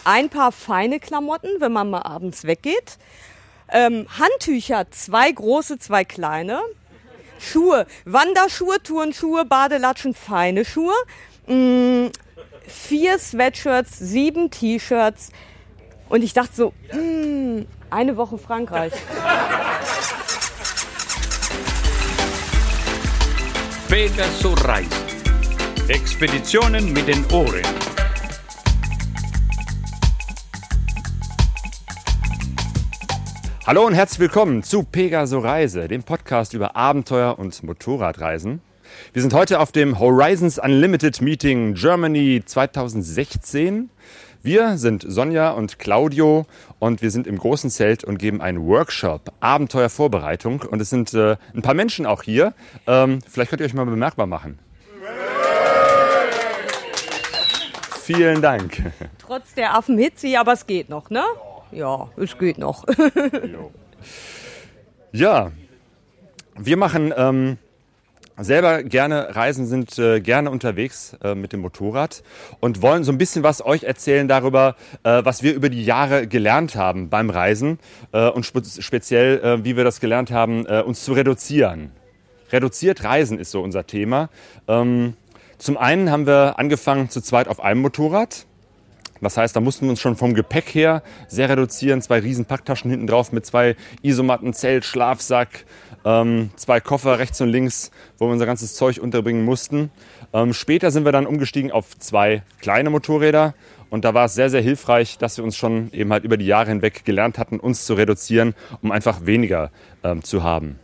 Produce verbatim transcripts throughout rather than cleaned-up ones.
ein paar feine Klamotten, wenn man mal abends weggeht. Ähm, Handtücher, zwei große, zwei kleine. Schuhe, Wanderschuhe, Turnschuhe, Badelatschen, feine Schuhe. Mm, vier Sweatshirts, sieben T-Shirts. Und ich dachte so, mm, eine Woche Frankreich. Pegaso Reisen. Expeditionen mit den Ohren. Hallo und herzlich willkommen zu Pegaso Reise, dem Podcast über Abenteuer und Motorradreisen. Wir sind heute auf dem Horizons Unlimited Meeting Germany zwanzig sechzehn. Wir sind Sonja und Claudio und wir sind im großen Zelt und geben einen Workshop Abenteuervorbereitung. Und es sind äh, ein paar Menschen auch hier. Ähm, vielleicht könnt ihr euch mal bemerkbar machen. Vielen Dank. Trotz der Affenhitze, aber es geht noch, ne? Ja, es geht noch. Ja, wir machen ähm, selber gerne Reisen, sind äh, gerne unterwegs äh, mit dem Motorrad und wollen so ein bisschen was euch erzählen darüber, äh, was wir über die Jahre gelernt haben beim Reisen äh, und spe- speziell, äh, wie wir das gelernt haben, äh, uns zu reduzieren. Reduziert Reisen ist so unser Thema. Ähm, zum einen haben wir angefangen zu zweit auf einem Motorrad. Das heißt, da mussten wir uns schon vom Gepäck her sehr reduzieren. Zwei riesen Packtaschen hinten drauf mit zwei Isomatten, Zelt, Schlafsack, ähm, zwei Koffer rechts und links, wo wir unser ganzes Zeug unterbringen mussten. Ähm, später sind wir dann umgestiegen auf zwei kleine Motorräder. Und da war es sehr, sehr hilfreich, dass wir uns schon eben halt über die Jahre hinweg gelernt hatten, uns zu reduzieren, um einfach weniger ähm, zu haben.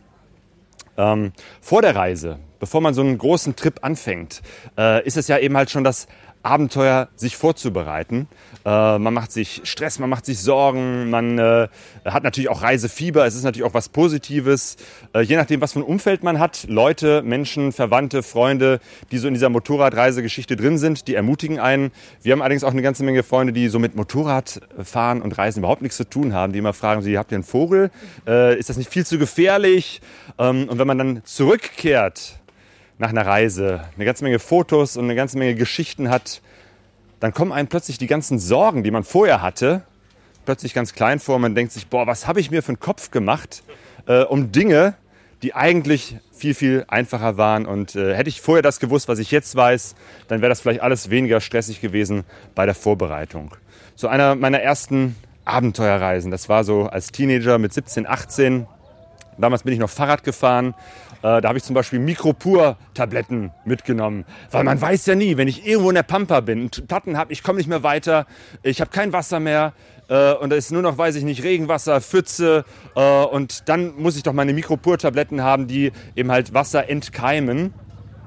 Ähm, vor der Reise, bevor man so einen großen Trip anfängt, äh, ist es ja eben halt schon das Abenteuer, sich vorzubereiten. Äh, man macht sich Stress, man macht sich Sorgen, man äh, hat natürlich auch Reisefieber. Es ist natürlich auch was Positives. Äh, je nachdem, was für ein Umfeld man hat, Leute, Menschen, Verwandte, Freunde, die so in dieser Motorradreisegeschichte drin sind, die ermutigen einen. Wir haben allerdings auch eine ganze Menge Freunde, die so mit Motorradfahren und Reisen überhaupt nichts zu tun haben, die immer fragen, so, habt ihr einen Vogel? Äh, ist das nicht viel zu gefährlich? Ähm, und wenn man dann zurückkehrt nach einer Reise, eine ganze Menge Fotos und eine ganze Menge Geschichten hat, dann kommen einem plötzlich die ganzen Sorgen, die man vorher hatte, plötzlich ganz klein vor. Man denkt sich, boah, was habe ich mir für einen Kopf gemacht, äh, um Dinge, die eigentlich viel, viel einfacher waren. Und äh, hätte ich vorher das gewusst, was ich jetzt weiß, dann wäre das vielleicht alles weniger stressig gewesen bei der Vorbereitung. So einer meiner ersten Abenteuerreisen, das war so als Teenager mit siebzehn, achtzehn. Damals bin ich noch Fahrrad gefahren. Äh, da habe ich zum Beispiel Mikropur-Tabletten mitgenommen. Weil man weiß ja nie, wenn ich irgendwo in der Pampa bin und Platten habe, ich komme nicht mehr weiter, ich habe kein Wasser mehr äh, und da ist nur noch, weiß ich nicht, Regenwasser, Pfütze. Äh, und dann muss ich doch meine Mikropur-Tabletten haben, die eben halt Wasser entkeimen.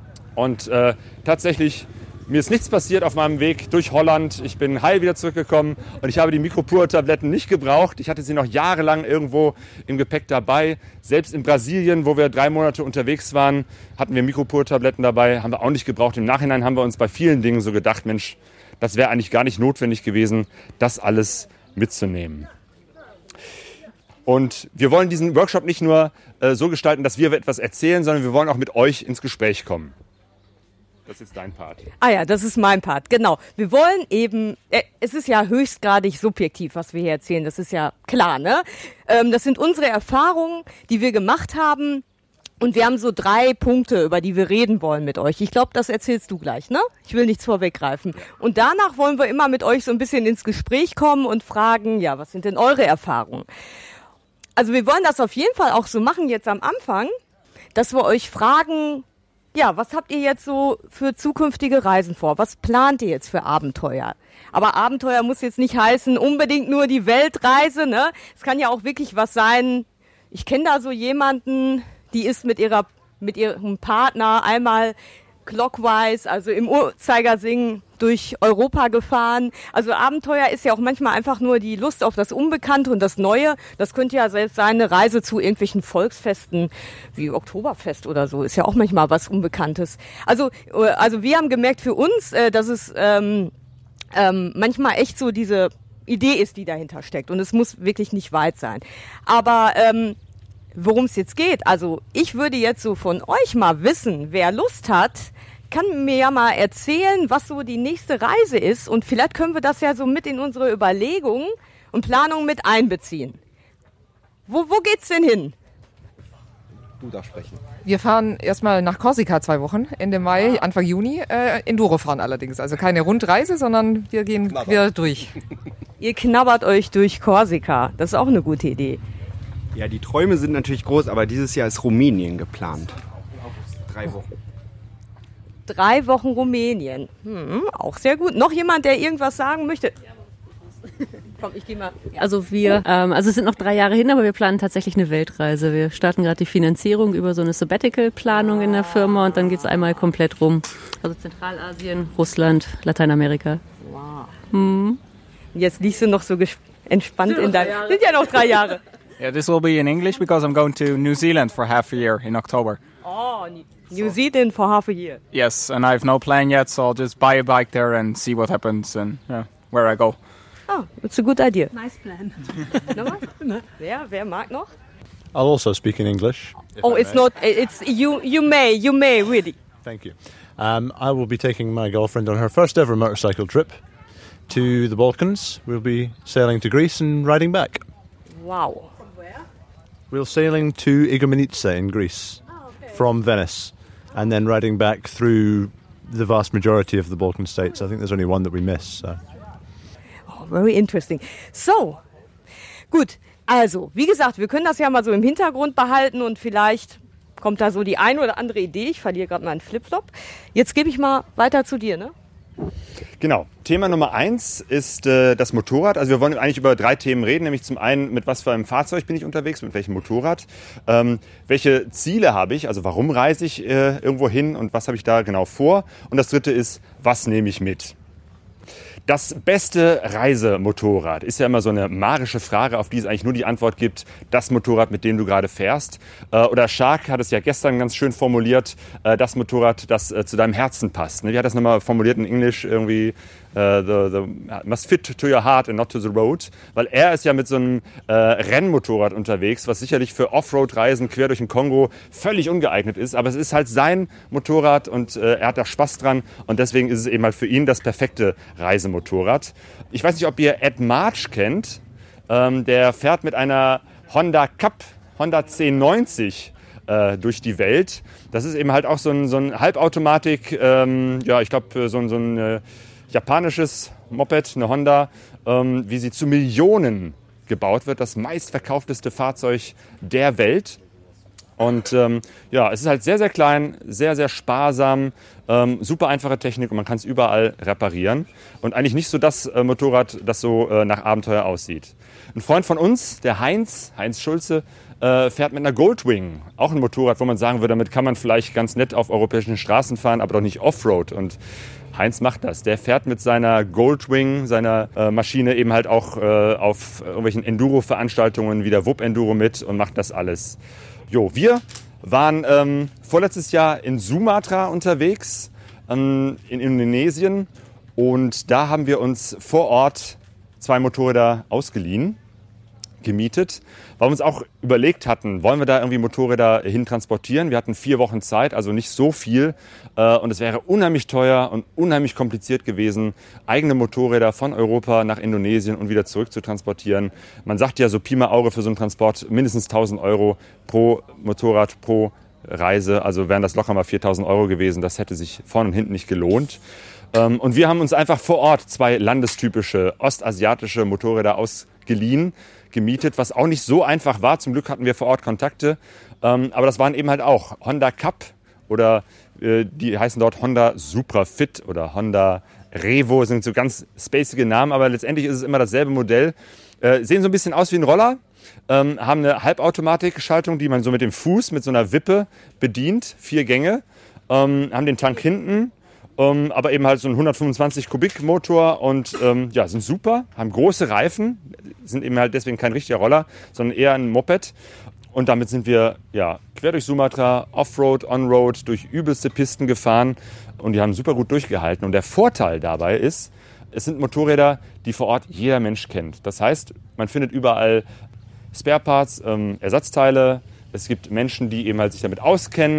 Und äh, tatsächlich, mir ist nichts passiert auf meinem Weg durch Holland. Ich bin heil wieder zurückgekommen und ich habe die Mikropur-Tabletten nicht gebraucht. Ich hatte sie noch jahrelang irgendwo im Gepäck dabei. Selbst in Brasilien, wo wir drei Monate unterwegs waren, hatten wir Mikropur-Tabletten dabei. Haben wir auch nicht gebraucht. Im Nachhinein haben wir uns bei vielen Dingen so gedacht, Mensch, das wäre eigentlich gar nicht notwendig gewesen, das alles mitzunehmen. Und wir wollen diesen Workshop nicht nur äh, so gestalten, dass wir etwas erzählen, sondern wir wollen auch mit euch ins Gespräch kommen. Das ist dein Part. Ah ja, das ist mein Part, genau. Wir wollen eben, äh, es ist ja höchstgradig subjektiv, was wir hier erzählen, das ist ja klar, ne? Ähm, das sind unsere Erfahrungen, die wir gemacht haben und wir haben so drei Punkte, über die wir reden wollen mit euch. Ich glaube, das erzählst du gleich, ne? Ich will nichts vorweggreifen. Und danach wollen wir immer mit euch so ein bisschen ins Gespräch kommen und fragen, ja, was sind denn eure Erfahrungen? Also wir wollen das auf jeden Fall auch so machen jetzt am Anfang, dass wir euch fragen, ja, was habt ihr jetzt so für zukünftige Reisen vor? Was plant ihr jetzt für Abenteuer? Aber Abenteuer muss jetzt nicht heißen, unbedingt nur die Weltreise, ne? Es kann ja auch wirklich was sein. Ich kenne da so jemanden, die ist mit ihrer, mit ihrem Partner einmal clockwise, also im Uhrzeigersinn durch Europa gefahren. Also Abenteuer ist ja auch manchmal einfach nur die Lust auf das Unbekannte und das Neue. Das könnte ja selbst sein, eine Reise zu irgendwelchen Volksfesten wie Oktoberfest oder so. Ist ja auch manchmal was Unbekanntes. Also, also wir haben gemerkt für uns, dass es ähm, ähm, manchmal echt so diese Idee ist, die dahinter steckt. Und es muss wirklich nicht weit sein. Aber ähm, worum es jetzt geht, also ich würde jetzt so von euch mal wissen, wer Lust hat, kann mir ja mal erzählen, was so die nächste Reise ist und vielleicht können wir das ja so mit in unsere Überlegungen und Planungen mit einbeziehen. Wo, wo geht's denn hin? Du darfst sprechen. Wir fahren erstmal nach Korsika zwei Wochen, Ende Mai, Anfang Juni. Äh, Enduro fahren allerdings. Also keine Rundreise, sondern wir gehen Knabbern. quer durch. Ihr knabbert euch durch Korsika. Das ist auch eine gute Idee. Ja, die Träume sind natürlich groß, aber dieses Jahr ist Rumänien geplant. Drei Wochen. Drei Wochen Rumänien. Hm, auch sehr gut. Noch jemand, der irgendwas sagen möchte? Komm, ich geh mal. Ja. Also wir, ähm, also es sind noch drei Jahre hin, aber wir planen tatsächlich eine Weltreise. Wir starten gerade die Finanzierung über so eine Sabbatical-Planung in der Firma und dann geht's einmal komplett rum. Also Zentralasien, Russland, Lateinamerika. Wow. Hm. Jetzt liegst du noch so gesp- entspannt in deinem... Sind ja noch drei Jahre. Yeah, this will be in English because I'm going to New Zealand for half a year in October. Oh, New Zealand for half a year. Yes, and I have no plan yet, so I'll just buy a bike there and see what happens and yeah, where I go. Oh, it's a good idea. Nice plan. Nochmal? Wer, wer mag noch? I'll also speak in English. Oh, it's not, it's, you, you may, you may, really. Thank you. Um, I will be taking my girlfriend on her first ever motorcycle trip to the Balkans. We'll be sailing to Greece and riding back. Wow. From where? We're sailing to Igoumenitsa in Greece Oh, okay. from Venice and then riding back through the vast majority of the Balkan states. I think there's only one that we miss. So. Oh, very interesting. So, gut. Also, wie gesagt, wir können das ja mal so im Hintergrund behalten und vielleicht kommt da so die ein oder andere Idee. Ich verliere gerade meinen Flipflop. Jetzt gebe ich mal weiter zu dir, ne? Genau. Thema Nummer eins ist äh, das Motorrad. Also wir wollen eigentlich über drei Themen reden, nämlich zum einen, mit was für einem Fahrzeug bin ich unterwegs, mit welchem Motorrad, ähm, welche Ziele habe ich, also warum reise ich äh, irgendwo hin und was habe ich da genau vor. Und das dritte ist, was nehme ich mit. Das beste Reisemotorrad ist ja immer so eine magische Frage, auf die es eigentlich nur die Antwort gibt, das Motorrad, mit dem du gerade fährst. Äh, oder Shark hat es ja gestern ganz schön formuliert, äh, das Motorrad, das äh, zu deinem Herzen passt. Ne? Wie hat das nochmal formuliert in Englisch irgendwie? Uh, the, the, must fit to your heart and not to the road. Weil er ist ja mit so einem äh, Rennmotorrad unterwegs, was sicherlich für Offroad-Reisen quer durch den Kongo völlig ungeeignet ist. Aber es ist halt sein Motorrad und äh, er hat da Spaß dran. Und deswegen ist es eben halt für ihn das perfekte Reisemotorrad. Ich weiß nicht, ob ihr Ed March kennt. Ähm, der fährt mit einer Honda Cup, Honda zehn neunzig äh, durch die Welt. Das ist eben halt auch so ein, so ein Halbautomatik, ähm, ja, ich glaube, so, so ein äh, japanisches Moped, eine Honda, ähm, wie sie zu Millionen gebaut wird. Das meistverkaufteste Fahrzeug der Welt. Und ähm, ja, es ist halt sehr, sehr klein, sehr, sehr sparsam, ähm, super einfache Technik und man kann es überall reparieren. Und eigentlich nicht so das äh, Motorrad, das so äh, nach Abenteuer aussieht. Ein Freund von uns, der Heinz, Heinz Schulze, äh, fährt mit einer Goldwing. Auch ein Motorrad, wo man sagen würde, damit kann man vielleicht ganz nett auf europäischen Straßen fahren, aber doch nicht Offroad. Und Heinz macht das. Der fährt mit seiner Goldwing, seiner äh, Maschine eben halt auch äh, auf irgendwelchen Enduro-Veranstaltungen wie der W U P Enduro mit und macht das alles. Jo, wir waren ähm, vorletztes Jahr in Sumatra unterwegs, ähm, in Indonesien. Und da haben wir uns vor Ort zwei Motorräder ausgeliehen, gemietet, weil wir uns auch überlegt hatten, wollen wir da irgendwie Motorräder hin transportieren. Wir hatten vier Wochen Zeit, also nicht so viel. Und es wäre unheimlich teuer und unheimlich kompliziert gewesen, eigene Motorräder von Europa nach Indonesien und wieder zurück zu transportieren. Man sagt ja so Pi mal Auge für so einen Transport mindestens tausend Euro pro Motorrad, pro Reise. Also wären das locker mal viertausend Euro gewesen. Das hätte sich vorne und hinten nicht gelohnt. Und wir haben uns einfach vor Ort zwei landestypische ostasiatische Motorräder ausgeliehen, gemietet, was auch nicht so einfach war. Zum Glück hatten wir vor Ort Kontakte. Aber das waren eben halt auch Honda Cup oder äh, die heißen dort Honda Supra Fit oder Honda Revo, sind so ganz spacige Namen, aber letztendlich ist es immer dasselbe Modell. Äh, sehen so ein bisschen aus wie ein Roller, ähm, haben eine Halbautomatikschaltung, die man so mit dem Fuß, mit so einer Wippe bedient, vier Gänge, ähm, haben den Tank hinten, ähm, aber eben halt so einen hundertfünfundzwanzig Kubik Motor und ähm, ja, sind super, haben große Reifen, sind eben halt deswegen kein richtiger Roller, sondern eher ein Moped. Und damit sind wir ja, quer durch Sumatra, Offroad, Onroad, durch übelste Pisten gefahren und die haben super gut durchgehalten. Und der Vorteil dabei ist, es sind Motorräder, die vor Ort jeder Mensch kennt. Das heißt, man findet überall Spareparts, ähm, Ersatzteile. Es gibt Menschen, die eben halt sich damit auskennen,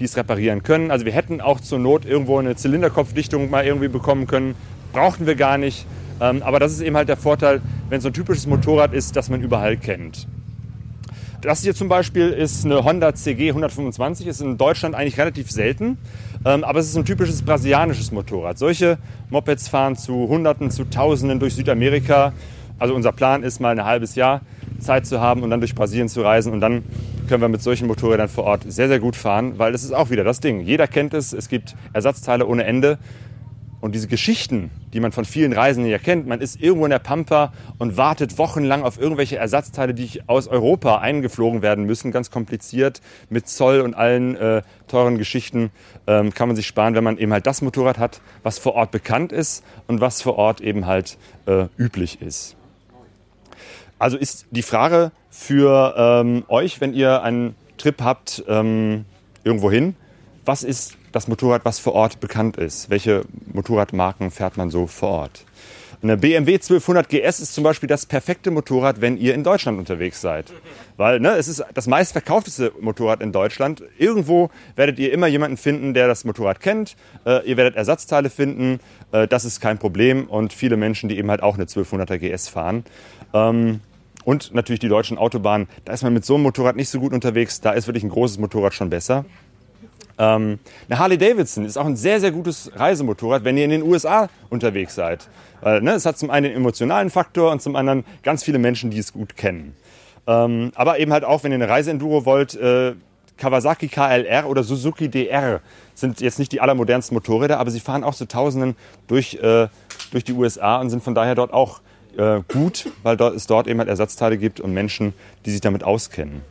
die es reparieren können. Also wir hätten auch zur Not irgendwo eine Zylinderkopfdichtung mal irgendwie bekommen können. Brauchten wir gar nicht. Ähm, aber das ist eben halt der Vorteil, wenn es so ein typisches Motorrad ist, das man überall kennt. Das hier zum Beispiel ist eine Honda C G hundertfünfundzwanzig, ist in Deutschland eigentlich relativ selten, ähm, aber es ist ein typisches brasilianisches Motorrad. Solche Mopeds fahren zu Hunderten, zu Tausenden durch Südamerika. Also unser Plan ist, mal ein halbes Jahr Zeit zu haben und dann durch Brasilien zu reisen. Und dann können wir mit solchen Motorrädern vor Ort sehr, sehr gut fahren, weil das ist auch wieder das Ding. Jeder kennt es, es gibt Ersatzteile ohne Ende. Und diese Geschichten, die man von vielen Reisenden ja kennt, man ist irgendwo in der Pampa und wartet wochenlang auf irgendwelche Ersatzteile, die aus Europa eingeflogen werden müssen, ganz kompliziert, mit Zoll und allen äh, teuren Geschichten, ähm, kann man sich sparen, wenn man eben halt das Motorrad hat, was vor Ort bekannt ist und was vor Ort eben halt äh, üblich ist. Also ist die Frage für ähm, euch, wenn ihr einen Trip habt ähm, irgendwo hin, was ist das Motorrad, was vor Ort bekannt ist? Welche Motorradmarken fährt man so vor Ort? Eine B M W zwölfhundert G S ist zum Beispiel das perfekte Motorrad, wenn ihr in Deutschland unterwegs seid. Weil ne, es ist das meistverkaufteste Motorrad in Deutschland. Irgendwo werdet ihr immer jemanden finden, der das Motorrad kennt. Äh, ihr werdet Ersatzteile finden. Äh, das ist kein Problem. Und viele Menschen, die eben halt auch eine zwölfhunderter G S fahren. Ähm, und natürlich die deutschen Autobahnen. Da ist man mit so einem Motorrad nicht so gut unterwegs. Da ist wirklich ein großes Motorrad schon besser. Ähm, eine Harley Davidson ist auch ein sehr, sehr gutes Reisemotorrad, wenn ihr in den U S A unterwegs seid. Weil, ne, es hat zum einen den emotionalen Faktor und zum anderen ganz viele Menschen, die es gut kennen. Ähm, aber eben halt auch, wenn ihr eine Reiseenduro wollt, äh, Kawasaki K L R oder Suzuki D R sind jetzt nicht die allermodernsten Motorräder, aber sie fahren auch zu Tausenden durch, äh, durch die U S A und sind von daher dort auch äh, gut, weil dort, es dort eben halt Ersatzteile gibt und Menschen, die sich damit auskennen.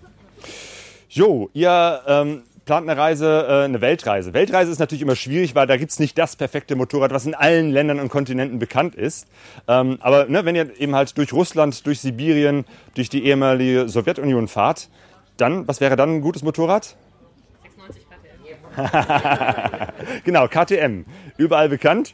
Jo, ihr... Ähm, plant eine Reise, äh, eine Weltreise. Weltreise ist natürlich immer schwierig, weil da gibt es nicht das perfekte Motorrad, was in allen Ländern und Kontinenten bekannt ist. Ähm, aber ne, wenn ihr eben halt durch Russland, durch Sibirien, durch die ehemalige Sowjetunion fahrt, dann, was wäre dann ein gutes Motorrad? sechsundneunzig K T M. Genau, K T M. Überall bekannt.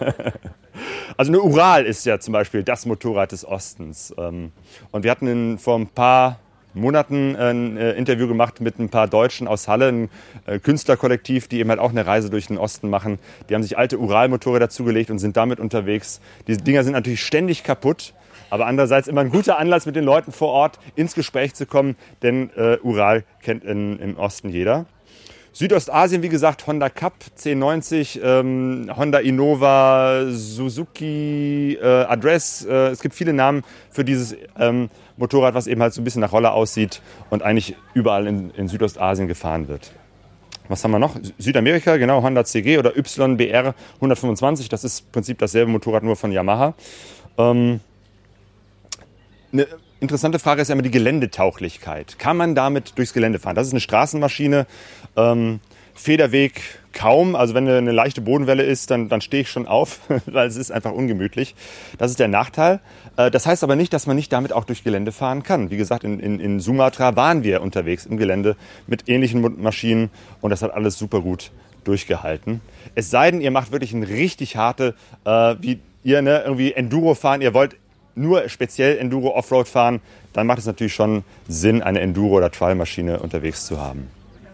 Also eine Ural ist ja zum Beispiel das Motorrad des Ostens. Ähm, und wir hatten in, vor ein paar Monaten ein äh, Interview gemacht mit ein paar Deutschen aus Halle, ein äh, Künstlerkollektiv, die eben halt auch eine Reise durch den Osten machen. Die haben sich alte Ural-Motorräder zugelegt und sind damit unterwegs. Diese Dinger sind natürlich ständig kaputt, aber andererseits immer ein guter Anlass, mit den Leuten vor Ort ins Gespräch zu kommen, denn äh, Ural kennt in, im Osten jeder. Südostasien, wie gesagt, Honda Cup, zehn neunzig, ähm, Honda Innova, Suzuki, äh, Address. Äh, es gibt viele Namen für dieses ähm, Motorrad, was eben halt so ein bisschen nach Roller aussieht und eigentlich überall in, in Südostasien gefahren wird. Was haben wir noch? Südamerika, genau, Honda C G oder Y B R hundertfünfundzwanzig. Das ist im Prinzip dasselbe Motorrad, nur von Yamaha. Ähm, eine interessante Frage ist ja immer die Geländetauglichkeit. Kann man damit durchs Gelände fahren? Das ist eine Straßenmaschine. Ähm, Federweg kaum. Also wenn eine leichte Bodenwelle ist, dann, dann stehe ich schon auf, weil es ist einfach ungemütlich. Das ist der Nachteil. Äh, das heißt aber nicht, dass man nicht damit auch durch Gelände fahren kann. Wie gesagt, in, in, in Sumatra waren wir unterwegs im Gelände mit ähnlichen Maschinen und das hat alles super gut durchgehalten. Es sei denn, ihr macht wirklich eine richtig harte, äh, wie ihr ne, irgendwie Enduro fahren, ihr wollt nur speziell Enduro Offroad fahren, dann macht es natürlich schon Sinn, eine Enduro- oder Trial-Maschine unterwegs zu haben.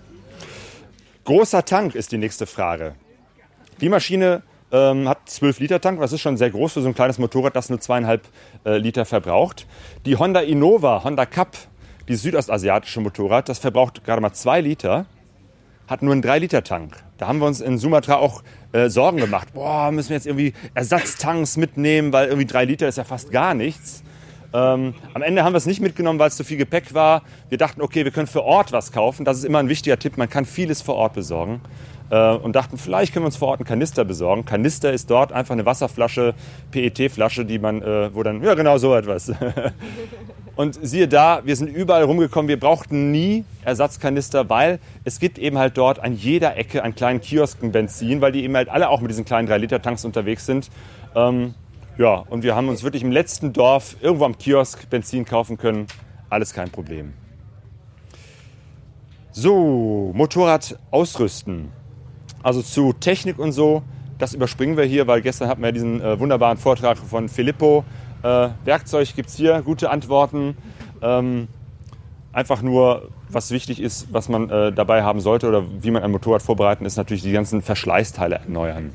Großer Tank ist die nächste Frage. Die Maschine ähm, hat zwölf Liter Tank, das ist schon sehr groß für so ein kleines Motorrad, das nur zweieinhalb äh, Liter verbraucht. Die Honda Innova, Honda Cup, dieses südostasiatische Motorrad, das verbraucht gerade mal zwei Liter, hat nur einen drei Liter Tank. Da haben wir uns in Sumatra auch äh, Sorgen gemacht. Boah, müssen wir jetzt irgendwie Ersatztanks mitnehmen, weil irgendwie drei Liter ist ja fast gar nichts. Ähm, am Ende haben wir es nicht mitgenommen, weil es zu viel Gepäck war. Wir dachten, okay, wir können für Ort was kaufen. Das ist immer ein wichtiger Tipp. Man kann vieles vor Ort besorgen. Äh, und dachten, vielleicht können wir uns vor Ort einen Kanister besorgen. Kanister ist dort einfach eine Wasserflasche, P E T-Flasche, die man, äh, wo dann, ja genau so etwas. Und siehe da, wir sind überall rumgekommen. Wir brauchten nie Ersatzkanister, weil es gibt eben halt dort an jeder Ecke einen kleinen Kiosken Benzin, weil die eben halt alle auch mit diesen kleinen drei Liter Tanks unterwegs sind. Ähm, Ja, und wir haben uns wirklich im letzten Dorf irgendwo am Kiosk Benzin kaufen können. Alles kein Problem. So, Motorrad ausrüsten. Also zu Technik und so, das überspringen wir hier, weil gestern hatten wir diesen äh, wunderbaren Vortrag von Filippo. Äh, Werkzeug gibt es hier, gute Antworten. Ähm, einfach nur, was wichtig ist, was man äh, dabei haben sollte oder wie man ein Motorrad vorbereiten, ist natürlich die ganzen Verschleißteile erneuern.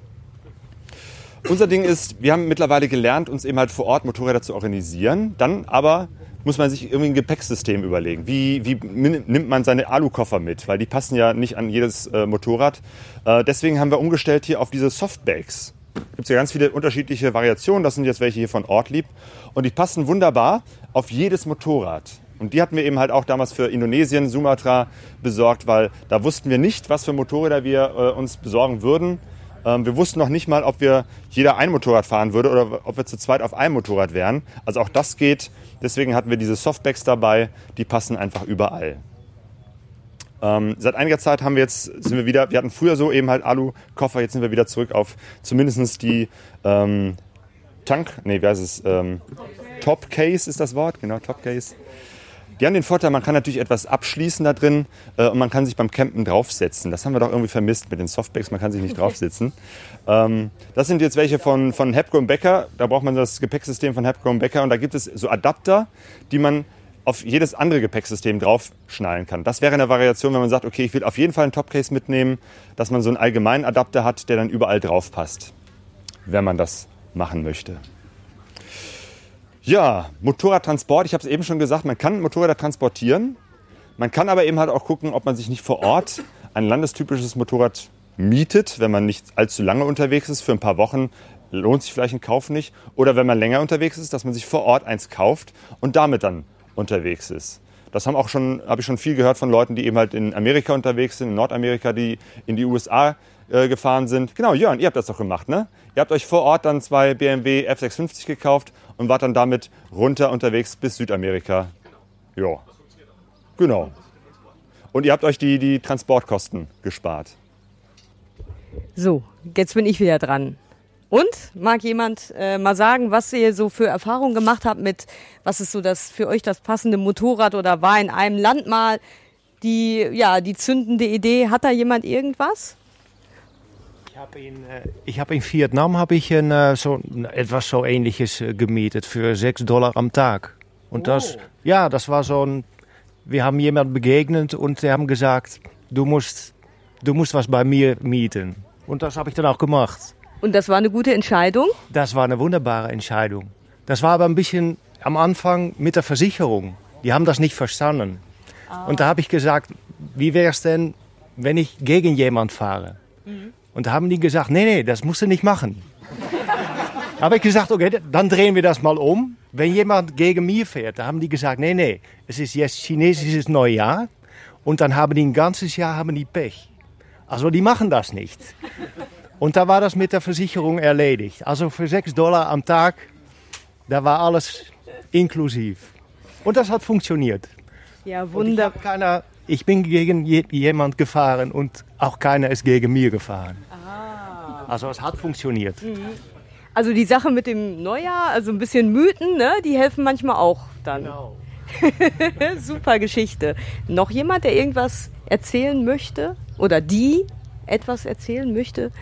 Unser Ding ist, wir haben mittlerweile gelernt, uns eben halt vor Ort Motorräder zu organisieren. Dann aber muss man sich irgendwie ein Gepäcksystem überlegen. Wie, wie nimmt man seine Alukoffer mit? Weil die passen ja nicht an jedes äh, Motorrad. Äh, deswegen haben wir umgestellt hier auf diese Softbags. Es gibt ja ganz viele unterschiedliche Variationen. Das sind jetzt welche hier von Ortlieb. Und die passen wunderbar auf jedes Motorrad. Und die hatten wir eben halt auch damals für Indonesien, Sumatra besorgt, weil da wussten wir nicht, was für Motorräder wir äh, uns besorgen würden. Ähm, wir wussten noch nicht mal, ob wir jeder ein Motorrad fahren würde oder ob wir zu zweit auf einem Motorrad wären. Also auch das geht. Deswegen hatten wir diese Softbags dabei. Die passen einfach überall. Ähm, seit einiger Zeit haben wir jetzt, sind wir wieder, wir hatten früher so eben halt Alu-Koffer, jetzt sind wir wieder zurück auf zumindest die ähm, Tank, nee, wie heißt es, ähm, Top Case ist das Wort, genau, Top Case. Die haben den Vorteil, man kann natürlich etwas abschließen da drin äh, und man kann sich beim Campen draufsetzen. Das haben wir doch irgendwie vermisst mit den Softbags, man kann sich nicht draufsitzen. Ähm, das sind jetzt welche von, von Hepco und Becker, da braucht man das Gepäcksystem von Hepco und Becker und da gibt es so Adapter, die man auf jedes andere Gepäcksystem draufschnallen kann. Das wäre eine Variation, wenn man sagt, okay, ich will auf jeden Fall einen Topcase mitnehmen, dass man so einen allgemeinen Adapter hat, der dann überall drauf passt, wenn man das machen möchte. Ja, Motorradtransport, ich habe es eben schon gesagt, man kann Motorräder transportieren. Man kann aber eben halt auch gucken, ob man sich nicht vor Ort ein landestypisches Motorrad mietet, wenn man nicht allzu lange unterwegs ist. Für ein paar Wochen lohnt sich vielleicht ein Kauf nicht. Oder wenn man länger unterwegs ist, dass man sich vor Ort eins kauft und damit dann unterwegs ist. Das haben auch schon, habe ich schon viel gehört von Leuten, die eben halt in Amerika unterwegs sind, in Nordamerika, die in die U S A äh, gefahren sind. Genau, Jörn, ihr habt das doch gemacht, ne? Ihr habt euch vor Ort dann zwei B M W F sechshundertfünfzig gekauft und wart dann damit runter unterwegs bis Südamerika. Ja, genau. Und ihr habt euch die, die Transportkosten gespart. So, jetzt bin ich wieder dran. Und mag jemand äh, mal sagen, was ihr so für Erfahrungen gemacht habt mit, was ist so das für euch das passende Motorrad oder war in einem Land mal die, ja, die zündende Idee? Hat da jemand irgendwas? Ich habe in, äh, ich hab in Vietnam habe ich ein, äh, so, etwas so Ähnliches äh, gemietet für sechs Dollar am Tag. Und oh. das, ja, das war so ein, wir haben jemand begegnet und die haben gesagt, du musst, du musst was bei mir mieten. Und das habe ich dann auch gemacht. Und das war eine gute Entscheidung? Das war eine wunderbare Entscheidung. Das war aber ein bisschen am Anfang mit der Versicherung. Die haben das nicht verstanden. Ah. Und da habe ich gesagt, wie wäre es denn, wenn ich gegen jemand fahre? Mhm. Und da haben die gesagt, nee, nee, das musst du nicht machen. Da habe ich gesagt, okay, dann drehen wir das mal um. Wenn jemand gegen mich fährt, da haben die gesagt, nee, nee, es ist jetzt chinesisches Neujahr. Und dann haben die ein ganzes Jahr haben die Pech. Also die machen das nicht. Und da war das mit der Versicherung erledigt. Also für sechs Dollar am Tag, da war alles inklusiv. Und das hat funktioniert. Ja, wunderbar. Ich, ich bin gegen je, jemand gefahren und auch keiner ist gegen mir gefahren. Ah. Also es hat funktioniert. Mhm. Also die Sache mit dem Neujahr, also ein bisschen Mythen, ne, die helfen manchmal auch dann. Genau. Super Geschichte. Noch jemand, der irgendwas erzählen möchte? Oder die etwas erzählen möchte?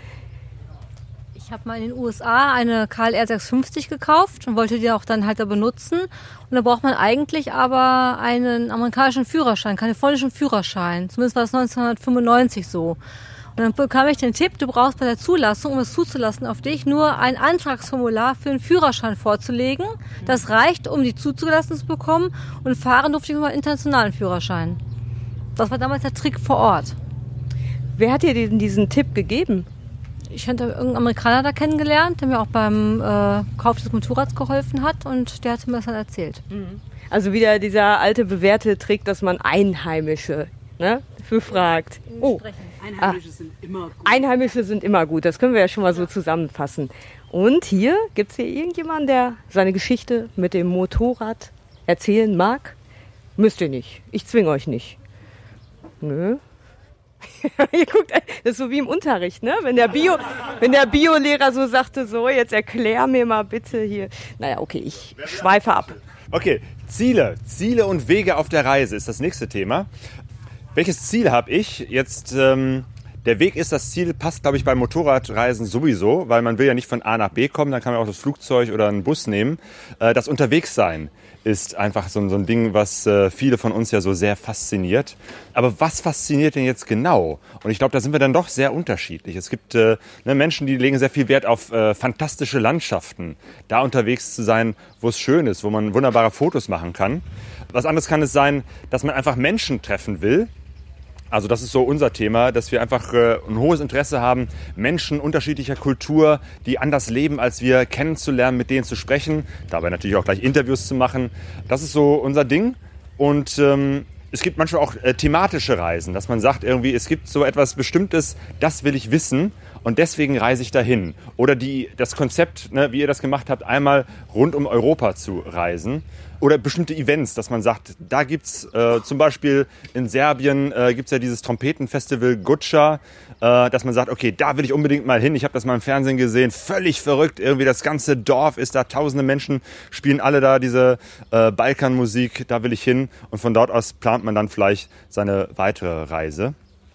Ich habe mal in den U S A eine K L R sechshundertfünfzig gekauft und wollte die auch dann halt da benutzen. Und da braucht man eigentlich aber einen amerikanischen Führerschein, kalifornischen Führerschein. Zumindest war das neunzehnhundertfünfundneunzig so. Und dann bekam ich den Tipp, du brauchst bei der Zulassung, um es zuzulassen, auf dich nur ein Antragsformular für einen Führerschein vorzulegen. Das reicht, um die zuzulassen zu bekommen. Und fahren durfte ich nur einen internationalen Führerschein. Das war damals der Trick vor Ort. Wer hat dir diesen, diesen Tipp gegeben? Ich hatte irgendeinen Amerikaner da kennengelernt, der mir auch beim äh, Kauf des Motorrads geholfen hat und der hat mir das dann erzählt. Also wieder dieser alte bewährte Trick, dass man Einheimische, ne, für fragt. Oh. Einheimische ah. sind immer gut. Einheimische sind immer gut, das können wir ja schon mal so zusammenfassen. Und hier, gibt es hier irgendjemanden, der seine Geschichte mit dem Motorrad erzählen mag? Müsst ihr nicht, ich zwinge euch nicht. Nö. Ihr guckt, das ist so wie im Unterricht, ne? Wenn der Bio, wenn der Biolehrer so sagte, so, jetzt erklär mir mal bitte hier. Naja, okay, ich schweife ab. Okay, Ziele. Ziele und Wege auf der Reise ist das nächste Thema. Welches Ziel habe ich? Jetzt ähm, Der Weg ist das Ziel, passt, glaube ich, beim Motorradreisen sowieso, weil man will ja nicht von A nach B kommen, dann kann man auch das Flugzeug oder einen Bus nehmen. Äh, das Unterwegssein ist einfach so, so ein Ding, was äh, viele von uns ja so sehr fasziniert. Aber was fasziniert denn jetzt genau? Und ich glaube, da sind wir dann doch sehr unterschiedlich. Es gibt äh, ne, Menschen, die legen sehr viel Wert auf äh, fantastische Landschaften, da unterwegs zu sein, wo es schön ist, wo man wunderbare Fotos machen kann. Was anderes kann es sein, dass man einfach Menschen treffen will. Also das ist so unser Thema, dass wir einfach äh, ein hohes Interesse haben, Menschen unterschiedlicher Kultur, die anders leben als wir, kennenzulernen, mit denen zu sprechen, dabei natürlich auch gleich Interviews zu machen. Das ist so unser Ding. Und ähm, es gibt manchmal auch äh, thematische Reisen, dass man sagt irgendwie, es gibt so etwas Bestimmtes, das will ich wissen und deswegen reise ich dahin. Oder die, das Konzept, ne, wie ihr das gemacht habt, einmal rund um Europa zu reisen. Oder bestimmte Events, dass man sagt, da gibt's äh, zum Beispiel in Serbien äh, gibt's ja dieses Trompetenfestival Guča, äh, dass man sagt, okay, da will ich unbedingt mal hin. Ich habe das mal im Fernsehen gesehen, völlig verrückt. Irgendwie das ganze Dorf ist da, tausende Menschen spielen alle da diese äh, Balkanmusik, da will ich hin. Und von dort aus plant man dann vielleicht seine weitere Reise.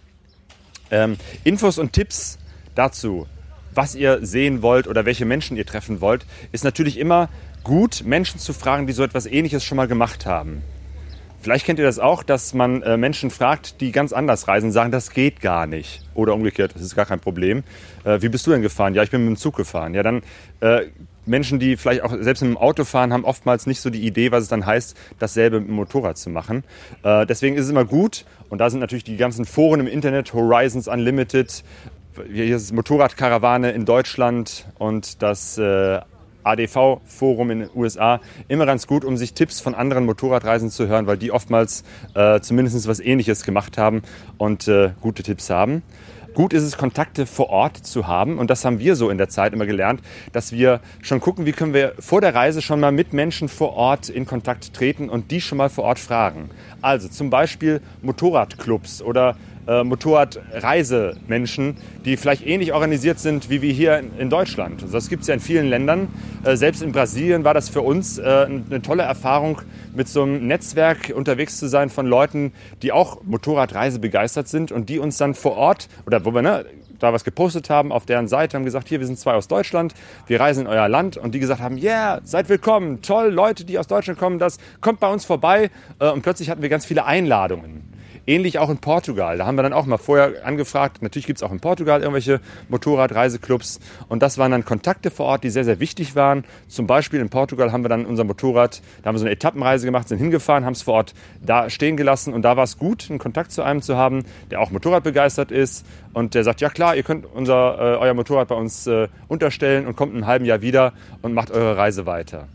Ähm, Infos und Tipps dazu, was ihr sehen wollt oder welche Menschen ihr treffen wollt, ist natürlich immer gut, Menschen zu fragen, die so etwas Ähnliches schon mal gemacht haben. Vielleicht kennt ihr das auch, dass man äh, Menschen fragt, die ganz anders reisen, sagen, das geht gar nicht. Oder umgekehrt, das ist gar kein Problem. Äh, wie bist du denn gefahren? Ja, ich bin mit dem Zug gefahren. Ja, dann äh, Menschen, die vielleicht auch selbst mit dem Auto fahren, haben oftmals nicht so die Idee, was es dann heißt, dasselbe mit dem Motorrad zu machen. Äh, deswegen ist es immer gut, und da sind natürlich die ganzen Foren im Internet, Horizons Unlimited, hier ist Motorradkarawane in Deutschland und das äh, A D V-Forum in den U S A, immer ganz gut, um sich Tipps von anderen Motorradreisen zu hören, weil die oftmals äh, zumindest was Ähnliches gemacht haben und äh, gute Tipps haben. Gut ist es, Kontakte vor Ort zu haben, und das haben wir so in der Zeit immer gelernt, dass wir schon gucken, wie können wir vor der Reise schon mal mit Menschen vor Ort in Kontakt treten und die schon mal vor Ort fragen. Also zum Beispiel Motorradclubs oder äh, Motorradreisemenschen, die vielleicht ähnlich organisiert sind wie wir hier in, in Deutschland. Also das gibt es ja in vielen Ländern. Äh, selbst in Brasilien war das für uns äh, eine tolle Erfahrung, mit so einem Netzwerk unterwegs zu sein von Leuten, die auch Motorradreise begeistert sind und die uns dann vor Ort, oder wo wir ne, da was gepostet haben auf deren Seite, haben gesagt, hier, wir sind zwei aus Deutschland, wir reisen in euer Land, und die gesagt haben, yeah, seid willkommen, toll, Leute, die aus Deutschland kommen, das kommt bei uns vorbei, und plötzlich hatten wir ganz viele Einladungen. Ähnlich auch in Portugal. Da haben wir dann auch mal vorher angefragt. Natürlich gibt es auch in Portugal irgendwelche Motorradreiseclubs. Und das waren dann Kontakte vor Ort, die sehr, sehr wichtig waren. Zum Beispiel in Portugal haben wir dann unser Motorrad, da haben wir so eine Etappenreise gemacht, sind hingefahren, haben es vor Ort da stehen gelassen. Und da war es gut, einen Kontakt zu einem zu haben, der auch Motorrad begeistert ist. Und der sagt, ja klar, ihr könnt unser, äh, euer Motorrad bei uns äh, unterstellen und kommt in einem halben Jahr wieder und macht eure Reise weiter.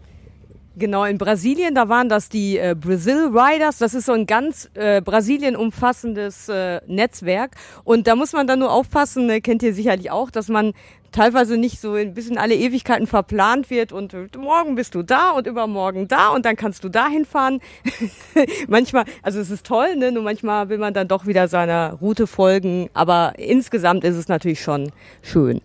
Genau, in Brasilien, da waren das die äh, Brazil Riders. Das ist so ein ganz äh, Brasilien umfassendes äh, Netzwerk. Und da muss man dann nur aufpassen, äh, kennt ihr sicherlich auch, dass man teilweise nicht so ein bisschen alle Ewigkeiten verplant wird und äh, morgen bist du da und übermorgen da und dann kannst du da hinfahren. Manchmal, also es ist toll, ne? Nur manchmal will man dann doch wieder seiner Route folgen. Aber insgesamt ist es natürlich schon schön.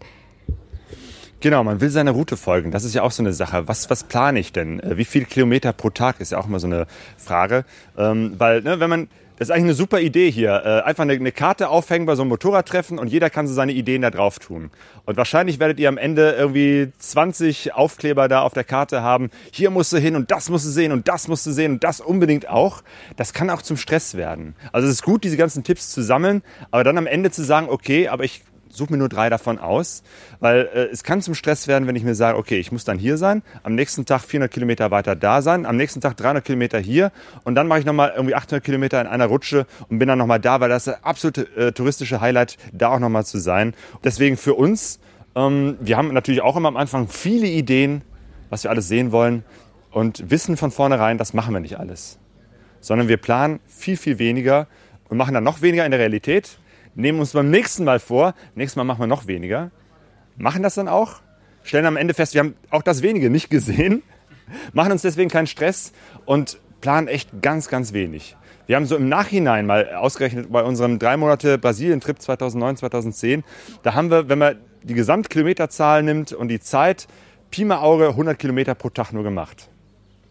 Genau, man will seiner Route folgen. Das ist ja auch so eine Sache. Was, was plane ich denn? Wie viele Kilometer pro Tag ist ja auch immer so eine Frage. Ähm, weil, ne, wenn man, das ist eigentlich eine super Idee hier. Äh, einfach eine, eine Karte aufhängen bei so einem Motorradtreffen und jeder kann so seine Ideen da drauf tun. Und wahrscheinlich werdet ihr am Ende irgendwie zwanzig Aufkleber da auf der Karte haben. Hier musst du hin und das musst du sehen und das musst du sehen und das unbedingt auch. Das kann auch zum Stress werden. Also es ist gut, diese ganzen Tipps zu sammeln, aber dann am Ende zu sagen, okay, aber ich suche mir nur drei davon aus, weil äh, es kann zum Stress werden, wenn ich mir sage, okay, ich muss dann hier sein, am nächsten Tag vierhundert Kilometer weiter da sein, am nächsten Tag dreihundert Kilometer hier und dann mache ich nochmal irgendwie achthundert Kilometer in einer Rutsche und bin dann nochmal da, weil das ist das absolute äh, touristische Highlight, da auch nochmal zu sein. Deswegen für uns, ähm, wir haben natürlich auch immer am Anfang viele Ideen, was wir alles sehen wollen, und wissen von vornherein, das machen wir nicht alles, sondern wir planen viel, viel weniger und machen dann noch weniger in der Realität, nehmen uns beim nächsten Mal vor, nächstes Mal machen wir noch weniger, machen das dann auch, stellen am Ende fest, wir haben auch das Wenige nicht gesehen, machen uns deswegen keinen Stress und planen echt ganz, ganz wenig. Wir haben so im Nachhinein mal ausgerechnet bei unserem drei Monate Brasilien-Trip zweitausendneun, zweitausendzehn, da haben wir, wenn man die Gesamtkilometerzahl nimmt und die Zeit, Pi mal Auge hundert Kilometer pro Tag nur gemacht.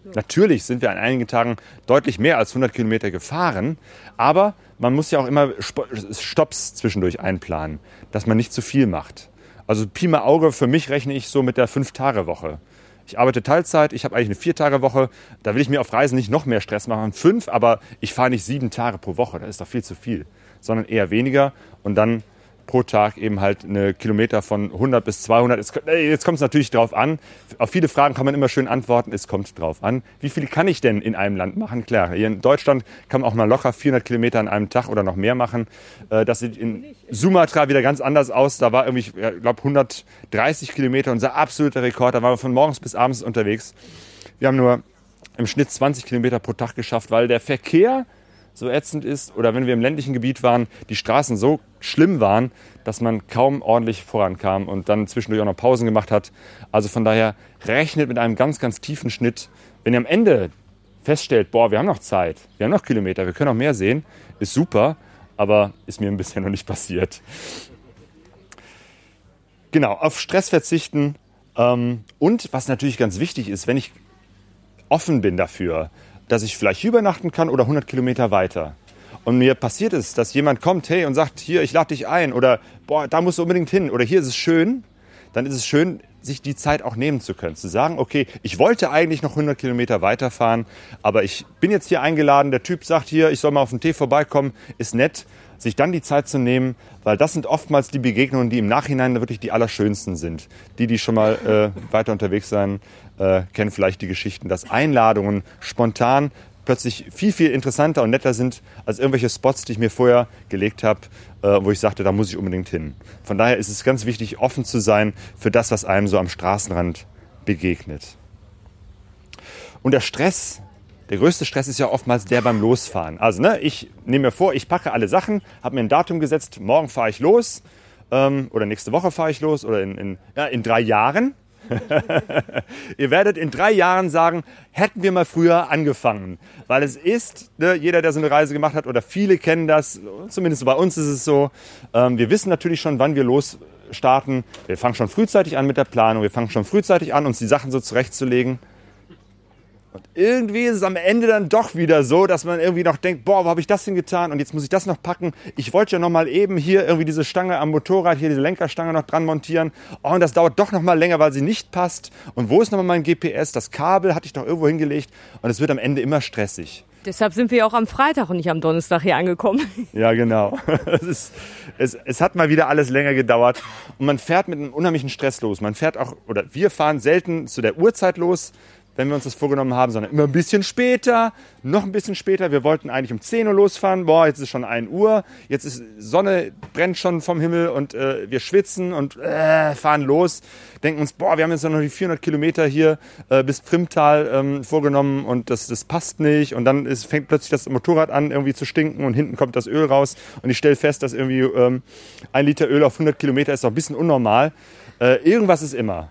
Natürlich sind wir an einigen Tagen deutlich mehr als hundert Kilometer gefahren, aber man muss ja auch immer Stopps zwischendurch einplanen, dass man nicht zu viel macht. Also Pi mal Auge, für mich rechne ich so mit der Fünf-Tage-Woche. Ich arbeite Teilzeit, ich habe eigentlich eine Vier-Tage-Woche. Da will ich mir auf Reisen nicht noch mehr Stress machen. Fünf, aber ich fahre nicht sieben Tage pro Woche. Das ist doch viel zu viel. Sondern eher weniger und dann pro Tag eben halt eine Kilometer von hundert bis zweihundert. Jetzt kommt es natürlich drauf an. Auf viele Fragen kann man immer schön antworten. Es kommt drauf an. Wie viel kann ich denn in einem Land machen? Klar, hier in Deutschland kann man auch mal locker vierhundert Kilometer an einem Tag oder noch mehr machen. Das sieht in Sumatra wieder ganz anders aus. Da war irgendwie, ich glaube, hundertdreißig Kilometer unser absoluter Rekord. Da waren wir von morgens bis abends unterwegs. Wir haben nur im Schnitt zwanzig Kilometer pro Tag geschafft, weil der Verkehr so ätzend ist oder wenn wir im ländlichen Gebiet waren, die Straßen so schlimm waren, dass man kaum ordentlich vorankam und dann zwischendurch auch noch Pausen gemacht hat. Also von daher rechnet mit einem ganz, ganz tiefen Schnitt. Wenn ihr am Ende feststellt, boah, wir haben noch Zeit, wir haben noch Kilometer, wir können noch mehr sehen, ist super, aber ist mir bisher noch nicht passiert. Genau, auf Stress verzichten ähm, und was natürlich ganz wichtig ist, wenn ich offen bin dafür, dass ich vielleicht übernachten kann oder hundert Kilometer weiter. Und mir passiert es, dass jemand kommt, hey, und sagt, hier, ich lade dich ein oder boah, da musst du unbedingt hin oder hier ist es schön. Dann ist es schön, sich die Zeit auch nehmen zu können. Zu sagen, okay, ich wollte eigentlich noch hundert Kilometer weiterfahren, aber ich bin jetzt hier eingeladen, der Typ sagt hier, ich soll mal auf den Tee vorbeikommen, ist nett. Sich dann die Zeit zu nehmen, weil das sind oftmals die Begegnungen, die im Nachhinein wirklich die allerschönsten sind. Die, die schon mal äh, weiter unterwegs sein, äh, kennen vielleicht die Geschichten, dass Einladungen spontan plötzlich viel, viel interessanter und netter sind als irgendwelche Spots, die ich mir vorher gelegt habe, äh, wo ich sagte, da muss ich unbedingt hin. Von daher ist es ganz wichtig, offen zu sein für das, was einem so am Straßenrand begegnet. Und der Stress, der größte Stress ist ja oftmals der beim Losfahren. Also ne, ich nehme mir vor, ich packe alle Sachen, habe mir ein Datum gesetzt, morgen fahre ich los ähm, oder nächste Woche fahre ich los oder in, in, ja, in drei Jahren. Ihr werdet in drei Jahren sagen, hätten wir mal früher angefangen. Weil es ist, ne, jeder, der so eine Reise gemacht hat oder viele kennen das, zumindest bei uns ist es so, ähm, wir wissen natürlich schon, wann wir losstarten. Wir fangen schon frühzeitig an mit der Planung, wir fangen schon frühzeitig an, uns die Sachen so zurechtzulegen. Und irgendwie ist es am Ende dann doch wieder so, dass man irgendwie noch denkt, boah, wo habe ich das denn getan? Und jetzt muss ich das noch packen. Ich wollte ja noch mal eben hier irgendwie diese Stange am Motorrad, hier diese Lenkerstange noch dran montieren. Oh, und das dauert doch noch mal länger, weil sie nicht passt. Und wo ist noch mal mein G P S? Das Kabel hatte ich doch irgendwo hingelegt. Und es wird am Ende immer stressig. Deshalb sind wir auch am Freitag und nicht am Donnerstag hier angekommen. Ja, genau. Es, ist, es, es hat mal wieder alles länger gedauert. Und man fährt mit einem unheimlichen Stress los. Man fährt auch, oder wir fahren selten zu der Uhrzeit los, wenn wir uns das vorgenommen haben, sondern immer ein bisschen später, noch ein bisschen später. Wir wollten eigentlich um zehn Uhr losfahren. Boah, jetzt ist schon ein Uhr. Jetzt ist Sonne, brennt schon vom Himmel und äh, wir schwitzen und äh, fahren los. Denken uns, boah, wir haben jetzt noch die vierhundert Kilometer hier äh, bis Primtal ähm, vorgenommen und das, das passt nicht. Und dann ist, fängt plötzlich das Motorrad an irgendwie zu stinken und hinten kommt das Öl raus. Und ich stelle fest, dass irgendwie ähm, ein Liter Öl auf hundert Kilometer ist doch ein bisschen unnormal. Äh, irgendwas ist immer.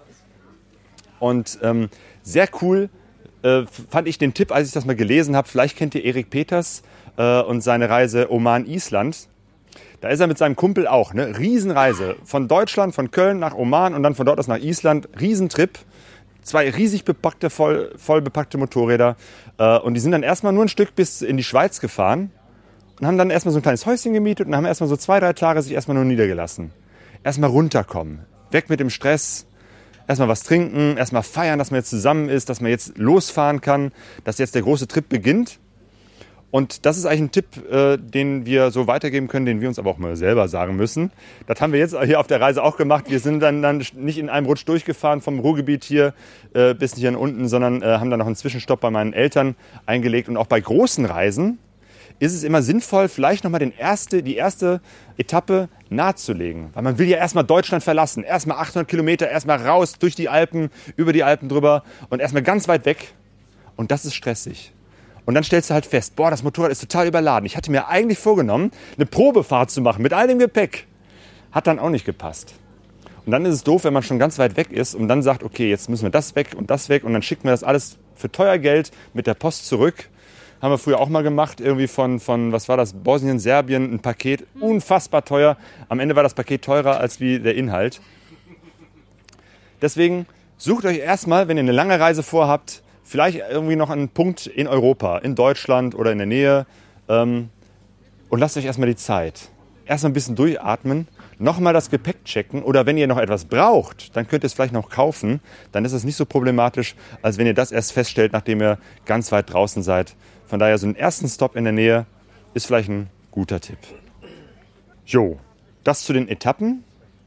Und ähm, sehr cool äh, fand ich den Tipp, als ich das mal gelesen habe. Vielleicht kennt ihr Erik Peters äh, und seine Reise Oman-Island. Da ist er mit seinem Kumpel auch. Ne? Riesenreise von Deutschland, von Köln nach Oman und dann von dort aus nach Island. Riesentrip. Zwei riesig bepackte, voll, voll bepackte Motorräder. Äh, und die sind dann erstmal nur ein Stück bis in die Schweiz gefahren und haben dann erstmal so ein kleines Häuschen gemietet und haben erstmal so zwei, drei Tage sich erstmal nur niedergelassen. Erstmal runterkommen. Weg mit dem Stress. Erstmal was trinken, erstmal feiern, dass man jetzt zusammen ist, dass man jetzt losfahren kann, dass jetzt der große Trip beginnt. Und das ist eigentlich ein Tipp, äh, den wir so weitergeben können, den wir uns aber auch mal selber sagen müssen. Das haben wir jetzt hier auf der Reise auch gemacht. Wir sind dann, dann nicht in einem Rutsch durchgefahren vom Ruhrgebiet hier äh, bis hier unten, sondern äh, haben dann noch einen Zwischenstopp bei meinen Eltern eingelegt. Und auch bei großen Reisen ist es immer sinnvoll, vielleicht nochmal den erste, die erste Etappe nahezulegen. Weil man will ja erstmal Deutschland verlassen. Erstmal achthundert Kilometer, erstmal raus durch die Alpen, über die Alpen drüber und erstmal ganz weit weg. Und das ist stressig. Und dann stellst du halt fest, boah, das Motorrad ist total überladen. Ich hatte mir eigentlich vorgenommen, eine Probefahrt zu machen mit all dem Gepäck. Hat dann auch nicht gepasst. Und dann ist es doof, wenn man schon ganz weit weg ist und dann sagt, okay, jetzt müssen wir das weg und das weg. Und dann schickt man das alles für teuer Geld mit der Post zurück. Haben wir früher auch mal gemacht, irgendwie von, von was war das, Bosnien, Serbien, ein Paket, unfassbar teuer. Am Ende war das Paket teurer als wie der Inhalt. Deswegen sucht euch erstmal, wenn ihr eine lange Reise vorhabt, vielleicht irgendwie noch einen Punkt in Europa, in Deutschland oder in der Nähe. Ähm, und lasst euch erstmal die Zeit. Erstmal ein bisschen durchatmen, nochmal das Gepäck checken oder wenn ihr noch etwas braucht, dann könnt ihr es vielleicht noch kaufen. Dann ist es nicht so problematisch, als wenn ihr das erst feststellt, nachdem ihr ganz weit draußen seid. Von daher so einen ersten Stop in der Nähe ist vielleicht ein guter Tipp. Jo, das zu den Etappen.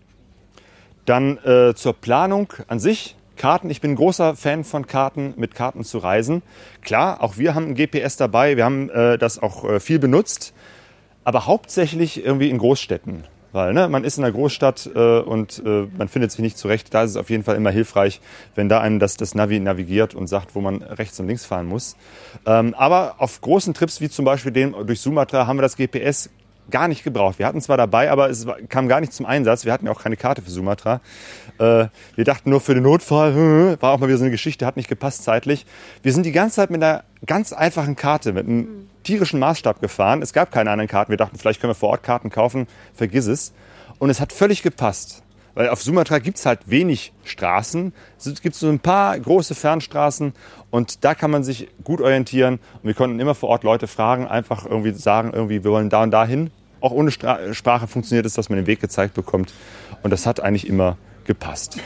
Dann äh, zur Planung an sich. Karten, ich bin ein großer Fan von Karten, mit Karten zu reisen. Klar, auch wir haben ein G P S dabei, wir haben äh, das auch äh, viel benutzt, aber hauptsächlich irgendwie in Großstädten. Weil ne, man ist in einer Großstadt äh, und äh, man findet sich nicht zurecht. Da ist es auf jeden Fall immer hilfreich, wenn da einem das, das Navi navigiert und sagt, wo man rechts und links fahren muss. Ähm, aber auf großen Trips, wie zum Beispiel dem durch Sumatra, haben wir das G P S gar nicht gebraucht. Wir hatten es zwar dabei, aber es kam gar nicht zum Einsatz. Wir hatten ja auch keine Karte für Sumatra. Äh, wir dachten nur für den Notfall, war auch mal wieder so eine Geschichte, hat nicht gepasst zeitlich. Wir sind die ganze Zeit mit einer ganz einfachen Karte, mit einem tierischen Maßstab gefahren. Es gab keine anderen Karten. Wir dachten, vielleicht können wir vor Ort Karten kaufen. Vergiss es. Und es hat völlig gepasst. Weil auf Sumatra gibt es halt wenig Straßen. Es gibt so ein paar große Fernstraßen und da kann man sich gut orientieren. Und wir konnten immer vor Ort Leute fragen, einfach irgendwie sagen, irgendwie, wir wollen da und da hin. Auch ohne Stra- Sprache funktioniert es, dass man den Weg gezeigt bekommt. Und das hat eigentlich immer gepasst.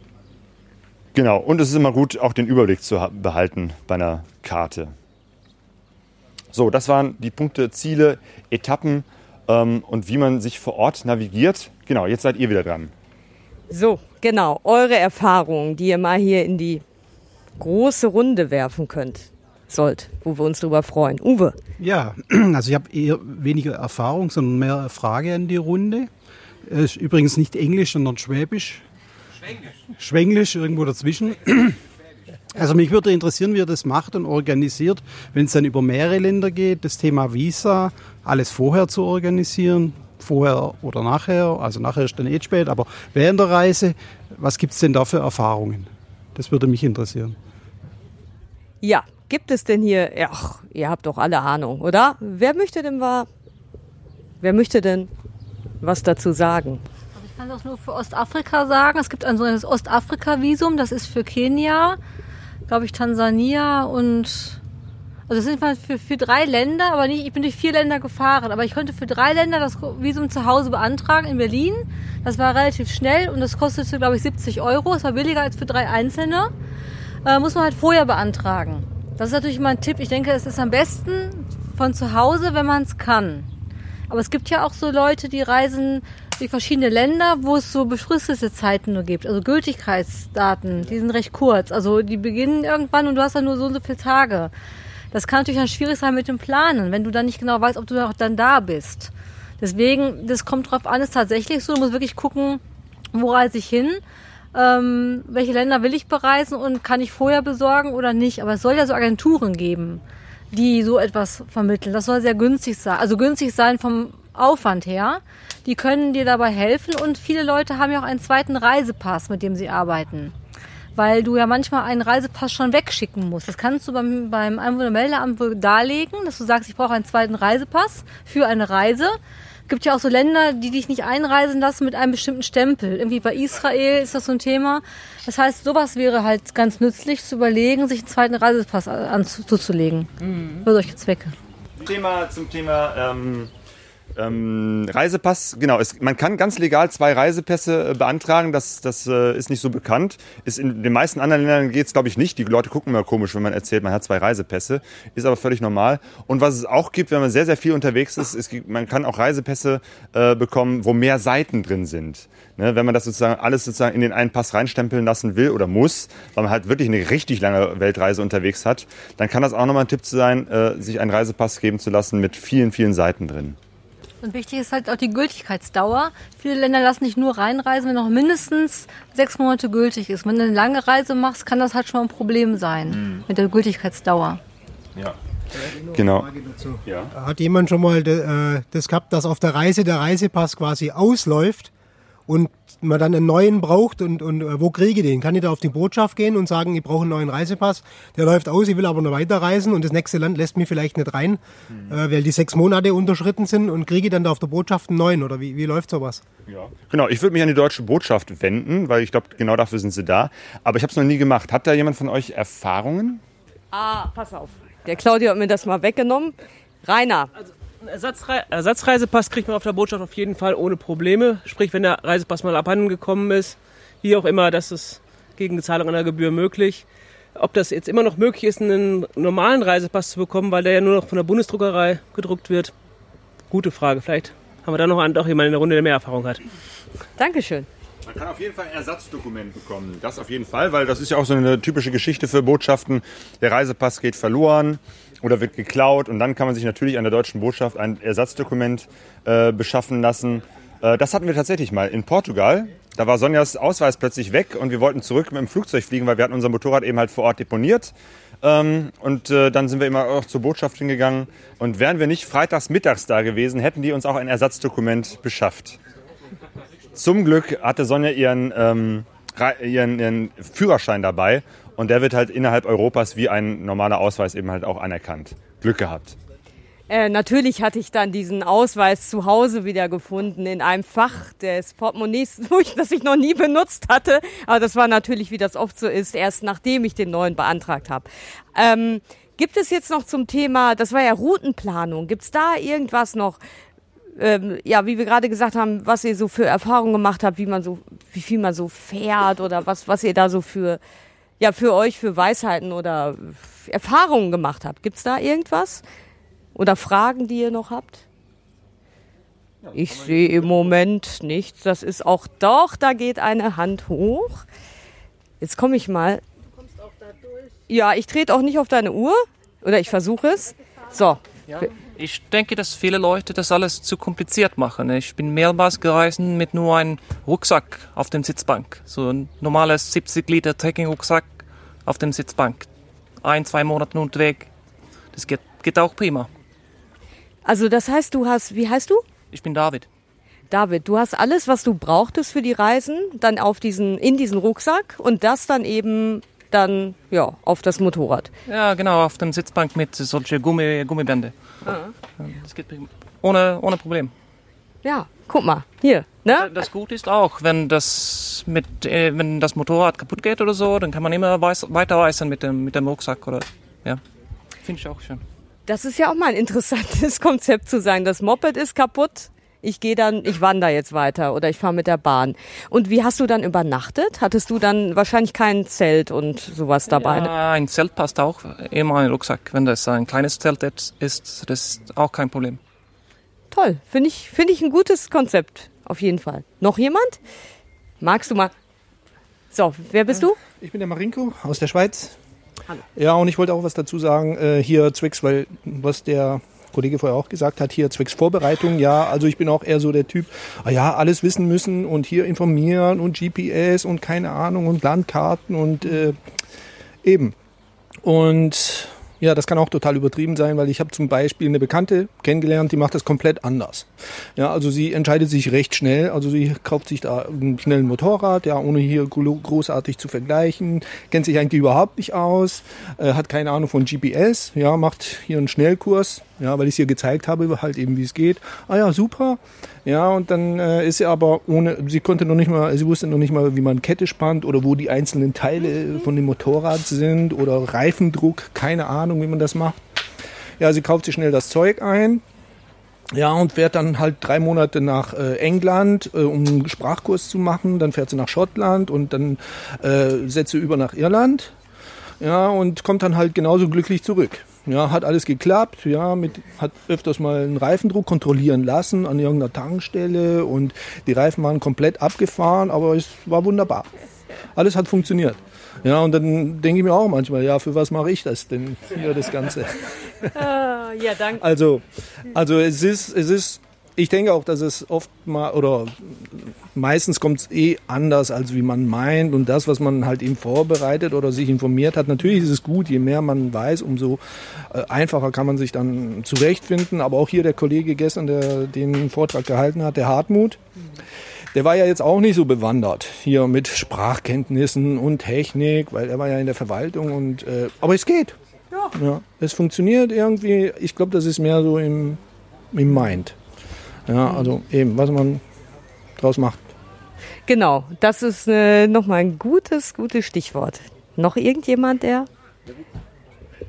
Genau, und es ist immer gut, auch den Überblick zu ha- behalten bei einer Karte. So, das waren die Punkte, Ziele, Etappen ähm, und wie man sich vor Ort navigiert. Genau, jetzt seid ihr wieder dran. So, genau, eure Erfahrungen, die ihr mal hier in die große Runde werfen könnt, sollt, wo wir uns drüber freuen. Uwe. Ja, also ich habe eher weniger Erfahrung, sondern mehr Frage an die Runde. Es ist übrigens nicht Englisch, sondern Schwäbisch. Schwenglisch. Schwenglisch, irgendwo dazwischen. Also mich würde interessieren, wie ihr das macht und organisiert, wenn es dann über mehrere Länder geht, das Thema Visa, alles vorher zu organisieren. Vorher oder nachher, also nachher ist dann eh spät, aber während der Reise, was gibt es denn da für Erfahrungen? Das würde mich interessieren. Ja, gibt es denn hier, ach, ihr habt doch alle Ahnung, oder? Wer möchte denn war, wer möchte denn was dazu sagen? Also ich kann das nur für Ostafrika sagen. Es gibt ein sogenanntes Ostafrika-Visum, das ist für Kenia, glaube ich, Tansania und also das sind für, für drei Länder, aber nicht, ich bin durch vier Länder gefahren, aber ich konnte für drei Länder das Visum zu Hause beantragen in Berlin. Das war relativ schnell und das kostete, glaube ich, siebzig Euro. Es war billiger als für drei Einzelne. Äh, muss man halt vorher beantragen. Das ist natürlich mal ein Tipp. Ich denke, es ist am besten von zu Hause, wenn man es kann. Aber es gibt ja auch so Leute, die reisen durch verschiedene Länder, wo es so befristete Zeiten nur gibt. Also Gültigkeitsdaten, die sind recht kurz. Also die beginnen irgendwann und du hast dann nur so und so viele Tage. Das kann natürlich dann schwierig sein mit dem Planen, wenn du dann nicht genau weißt, ob du auch dann da bist. Deswegen, das kommt drauf an, ist tatsächlich so. Du musst wirklich gucken, wo reise ich hin, ähm, welche Länder will ich bereisen und kann ich vorher besorgen oder nicht. Aber es soll ja so Agenturen geben, die so etwas vermitteln. Das soll sehr günstig sein, also günstig sein vom Aufwand her. Die können dir dabei helfen und viele Leute haben ja auch einen zweiten Reisepass, mit dem sie arbeiten. Weil du ja manchmal einen Reisepass schon wegschicken musst. Das kannst du beim, beim Einwohnermeldeamt wohl darlegen, dass du sagst, ich brauche einen zweiten Reisepass für eine Reise. Es gibt ja auch so Länder, die dich nicht einreisen lassen mit einem bestimmten Stempel. Irgendwie bei Israel ist das so ein Thema. Das heißt, sowas wäre halt ganz nützlich zu überlegen, sich einen zweiten Reisepass anzulegen. Mhm. Für solche Zwecke. Thema zum Thema ähm, ähm, Reisepass. Genau, es, man kann ganz legal zwei Reisepässe äh, beantragen. Das, das äh, ist nicht so bekannt. Ist in den meisten anderen Ländern geht es, glaube ich, nicht. Die Leute gucken immer komisch, wenn man erzählt, man hat zwei Reisepässe. Ist aber völlig normal. Und was es auch gibt, wenn man sehr, sehr viel unterwegs ist, es gibt, man kann auch Reisepässe äh, bekommen, wo mehr Seiten drin sind. Ne, wenn man das sozusagen alles sozusagen in den einen Pass reinstempeln lassen will oder muss, weil man halt wirklich eine richtig lange Weltreise unterwegs hat, dann kann das auch nochmal ein Tipp sein, äh, sich einen Reisepass geben zu lassen mit vielen, vielen Seiten drin. Und wichtig ist halt auch die Gültigkeitsdauer. Viele Länder lassen dich nur reinreisen, wenn noch mindestens sechs Monate gültig ist. Wenn du eine lange Reise machst, kann das halt schon ein Problem sein mhm. mit der Gültigkeitsdauer. Ja, genau. Ja. Hat jemand schon mal äh, das gehabt, dass auf der Reise der Reisepass quasi ausläuft und man dann einen neuen braucht und, und äh, wo kriege ich den? Kann ich da auf die Botschaft gehen und sagen, ich brauche einen neuen Reisepass? Der läuft aus, ich will aber noch weiterreisen und das nächste Land lässt mich vielleicht nicht rein, mhm. äh, weil die sechs Monate unterschritten sind und kriege ich dann da auf der Botschaft einen neuen oder wie, wie läuft sowas? Ja. Genau, ich würde mich an die deutsche Botschaft wenden, weil ich glaube, genau dafür sind sie da. Aber ich habe es noch nie gemacht. Hat da jemand von euch Erfahrungen Ah, pass auf. Der Claudio hat mir das mal weggenommen. Rainer. Also, einen Ersatzrei- Ersatzreisepass kriegt man auf der Botschaft auf jeden Fall ohne Probleme. Sprich, wenn der Reisepass mal abhanden gekommen ist, wie auch immer, das ist gegen Bezahlung einer Gebühr möglich. Ob das jetzt immer noch möglich ist, einen normalen Reisepass zu bekommen, weil der ja nur noch von der Bundesdruckerei gedruckt wird, gute Frage. Vielleicht haben wir da noch, noch jemanden in der Runde, der mehr Erfahrung hat. Dankeschön. Man kann auf jeden Fall ein Ersatzdokument bekommen. Das auf jeden Fall, weil das ist ja auch so eine typische Geschichte für Botschaften. Der Reisepass geht verloren oder wird geklaut und dann kann man sich natürlich an der deutschen Botschaft ein Ersatzdokument äh, beschaffen lassen. Äh, das hatten wir tatsächlich mal in Portugal. Da war Sonjas Ausweis plötzlich weg und wir wollten zurück mit dem Flugzeug fliegen, weil wir hatten unser Motorrad eben halt vor Ort deponiert. Ähm, und äh, dann sind wir immer auch zur Botschaft hingegangen. Und wären wir nicht freitags mittags da gewesen, hätten die uns auch ein Ersatzdokument beschafft. Zum Glück hatte Sonja ihren, ähm, ihren, ihren Führerschein dabei und der wird halt innerhalb Europas wie ein normaler Ausweis eben halt auch anerkannt. Glück gehabt. Äh, natürlich hatte ich dann diesen Ausweis zu Hause wieder gefunden in einem Fach des Portemonnaies, wo ich, das ich noch nie benutzt hatte. Aber das war natürlich, wie das oft so ist, erst nachdem ich den neuen beantragt habe. Ähm, gibt es jetzt noch zum Thema, das war ja Routenplanung, gibt es da irgendwas noch, ähm, ja, wie wir gerade gesagt haben, was ihr so für Erfahrungen gemacht habt, wie man so, wie viel man so fährt oder was, was ihr da so für, ja, für euch für Weisheiten oder Erfahrungen gemacht habt? Gibt es da irgendwas? Oder Fragen, die ihr noch habt? Ich sehe im Moment nichts. Das ist auch doch, da geht eine Hand hoch. Jetzt komme ich mal. Du kommst auch da durch. Ja, ich trete auch nicht auf deine Uhr. Oder ich versuche es. So. Ja, ich denke, dass viele Leute das alles zu kompliziert machen. Ich bin mehrmals gereist mit nur einem Rucksack auf dem Sitzbank. So ein normales siebzig Liter Trekking-Rucksack auf dem Sitzbank. Ein, zwei Monate unterwegs. Das geht, geht auch prima. Also das heißt, du hast, wie heißt du? Ich bin David. David, du hast alles, was du brauchtest für die Reisen, dann auf diesen, in diesen Rucksack und das dann eben dann ja auf das Motorrad. Ja, genau, auf dem Sitzbank mit solchen Gummi, Gummibänder. Ah. Das geht ohne, ohne Problem. Ja, guck mal, hier. Ne? Das Gute ist auch, wenn das, mit, äh, wenn das Motorrad kaputt geht oder so, dann kann man immer weiter reisen mit dem, mit dem Rucksack. Oder, ja. Finde ich auch schön. Das ist ja auch mal ein interessantes Konzept zu sagen. Das Moped ist kaputt, ich gehe dann, ich wandere jetzt weiter oder ich fahre mit der Bahn. Und wie hast du dann übernachtet? Hattest du dann wahrscheinlich kein Zelt und sowas dabei? Ja, ein Zelt passt auch immer in den Rucksack. Wenn das ein kleines Zelt ist, das ist auch kein Problem. Toll, finde ich, finde ich ein gutes Konzept, auf jeden Fall. Noch jemand? Magst du mal? So, wer bist du? Ich bin der Marinko aus der Schweiz. Hallo. Ja, und ich wollte auch was dazu sagen, äh, hier zwecks, weil was der Kollege vorher auch gesagt hat, hier zwecks Vorbereitung, ja, also ich bin auch eher so der Typ, ah ja, alles wissen müssen und hier informieren und G P S und keine Ahnung und Landkarten und äh, eben. Und ja, das kann auch total übertrieben sein, weil ich habe zum Beispiel eine Bekannte kennengelernt, die macht das komplett anders. Ja, also sie entscheidet sich recht schnell, also sie kauft sich da einen schnellen Motorrad, ja, ohne hier großartig zu vergleichen, kennt sich eigentlich überhaupt nicht aus, äh, hat keine Ahnung von G P S, ja, macht hier einen Schnellkurs, ja, weil ich es ihr gezeigt habe, halt eben wie es geht. Ah ja, super. Ja, und dann äh, ist sie aber ohne, sie konnte noch nicht mal, sie wusste noch nicht mal, wie man Kette spannt oder wo die einzelnen Teile von dem Motorrad sind oder Reifendruck, keine Ahnung, wie man das macht. Ja, sie kauft sich schnell das Zeug ein. Ja, und fährt dann halt drei Monate nach äh, England, äh, um einen Sprachkurs zu machen. Dann fährt sie nach Schottland und dann äh, setzt sie über nach Irland. Ja, und kommt dann halt genauso glücklich zurück. Ja, hat alles geklappt, ja, mit, hat öfters mal einen Reifendruck kontrollieren lassen an irgendeiner Tankstelle und die Reifen waren komplett abgefahren, aber es war wunderbar. Alles hat funktioniert. Ja, und dann denke ich mir auch manchmal, ja, für was mache ich das denn hier, das Ganze? Ah, ja, danke. Also, also es ist, es ist, ich denke auch, dass es oft mal oder meistens kommt es eh anders, als wie man meint. Und das, was man halt eben vorbereitet oder sich informiert hat, natürlich ist es gut, je mehr man weiß, umso äh, einfacher kann man sich dann zurechtfinden. Aber auch hier der Kollege gestern, der den Vortrag gehalten hat, der Hartmut, der war ja jetzt auch nicht so bewandert hier mit Sprachkenntnissen und Technik, weil er war ja in der Verwaltung. Und äh, aber es geht. Ja. Ja, es funktioniert irgendwie. Ich glaube, das ist mehr so im, im Mind. Ja, also eben, was man draus macht. Genau, das ist äh, nochmal ein gutes, gutes Stichwort. Noch irgendjemand, der?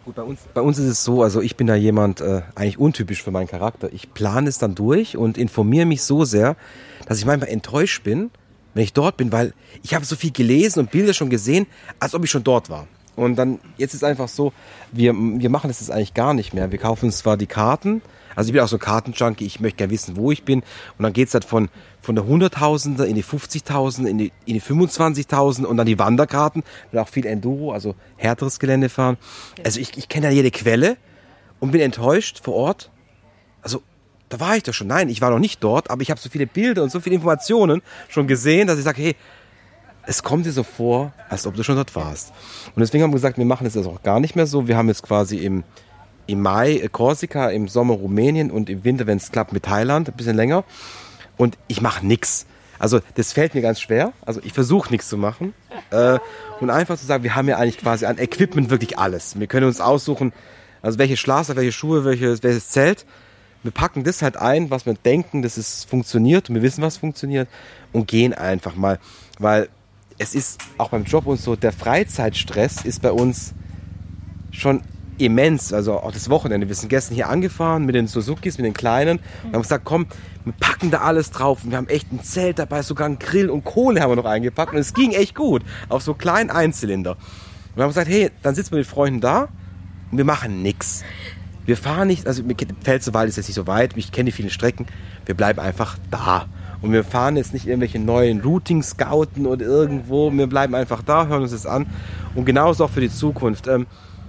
Gut, bei uns, bei uns ist es so, also ich bin da jemand, äh, eigentlich untypisch für meinen Charakter. Ich plane es dann durch und informiere mich so sehr, dass ich manchmal enttäuscht bin, wenn ich dort bin, weil ich habe so viel gelesen und Bilder schon gesehen, als ob ich schon dort war. Und dann, jetzt ist es einfach so, wir, wir machen das jetzt eigentlich gar nicht mehr. Wir kaufen uns zwar die Karten, also ich bin auch so ein Kartenjunkie, ich möchte gerne wissen, wo ich bin. Und dann geht's halt von, von der hunderttausender in die fünfzigtausend, in die, in die fünfundzwanzigtausend und dann die Wanderkarten. Ich will auch viel Enduro, also härteres Gelände fahren. Also ich, ich kenne ja jede Quelle und bin enttäuscht vor Ort. Also da war ich doch schon. Nein, ich war noch nicht dort, aber ich habe so viele Bilder und so viele Informationen schon gesehen, dass ich sage, hey, es kommt dir so vor, als ob du schon dort warst. Und deswegen haben wir gesagt, wir machen das jetzt auch gar nicht mehr so. Wir haben jetzt quasi im, im Mai Korsika, im Sommer Rumänien und im Winter, wenn es klappt, mit Thailand, ein bisschen länger. Und ich mache nichts. Also das fällt mir ganz schwer. Also ich versuche nichts zu machen. Äh, und einfach zu sagen, wir haben ja eigentlich quasi an Equipment wirklich alles. Wir können uns aussuchen, also welche Schlafsack, welche Schuhe, welches, welches Zelt. Wir packen das halt ein, was wir denken, dass es funktioniert. Und wir wissen, was funktioniert. Und gehen einfach mal. Weil es ist auch beim Job und so, der Freizeitstress ist bei uns schon immens. Also auch das Wochenende. Wir sind gestern hier angefahren mit den Suzukis, mit den Kleinen. Und haben gesagt, komm, wir packen da alles drauf. Und wir haben echt ein Zelt dabei, sogar einen Grill und Kohle haben wir noch eingepackt. Und es ging echt gut. Auf so kleinen Einzylinder. Und wir haben gesagt, hey, dann sitzen wir mit Freunden da und wir machen nichts. Wir fahren nicht, also Pfälzerwald ist jetzt nicht so weit, ich kenne die vielen Strecken. Wir bleiben einfach da. Und wir fahren jetzt nicht irgendwelche neuen Routing scouten oder irgendwo. Wir bleiben einfach da, hören uns das an. Und genauso auch für die Zukunft. Ähm,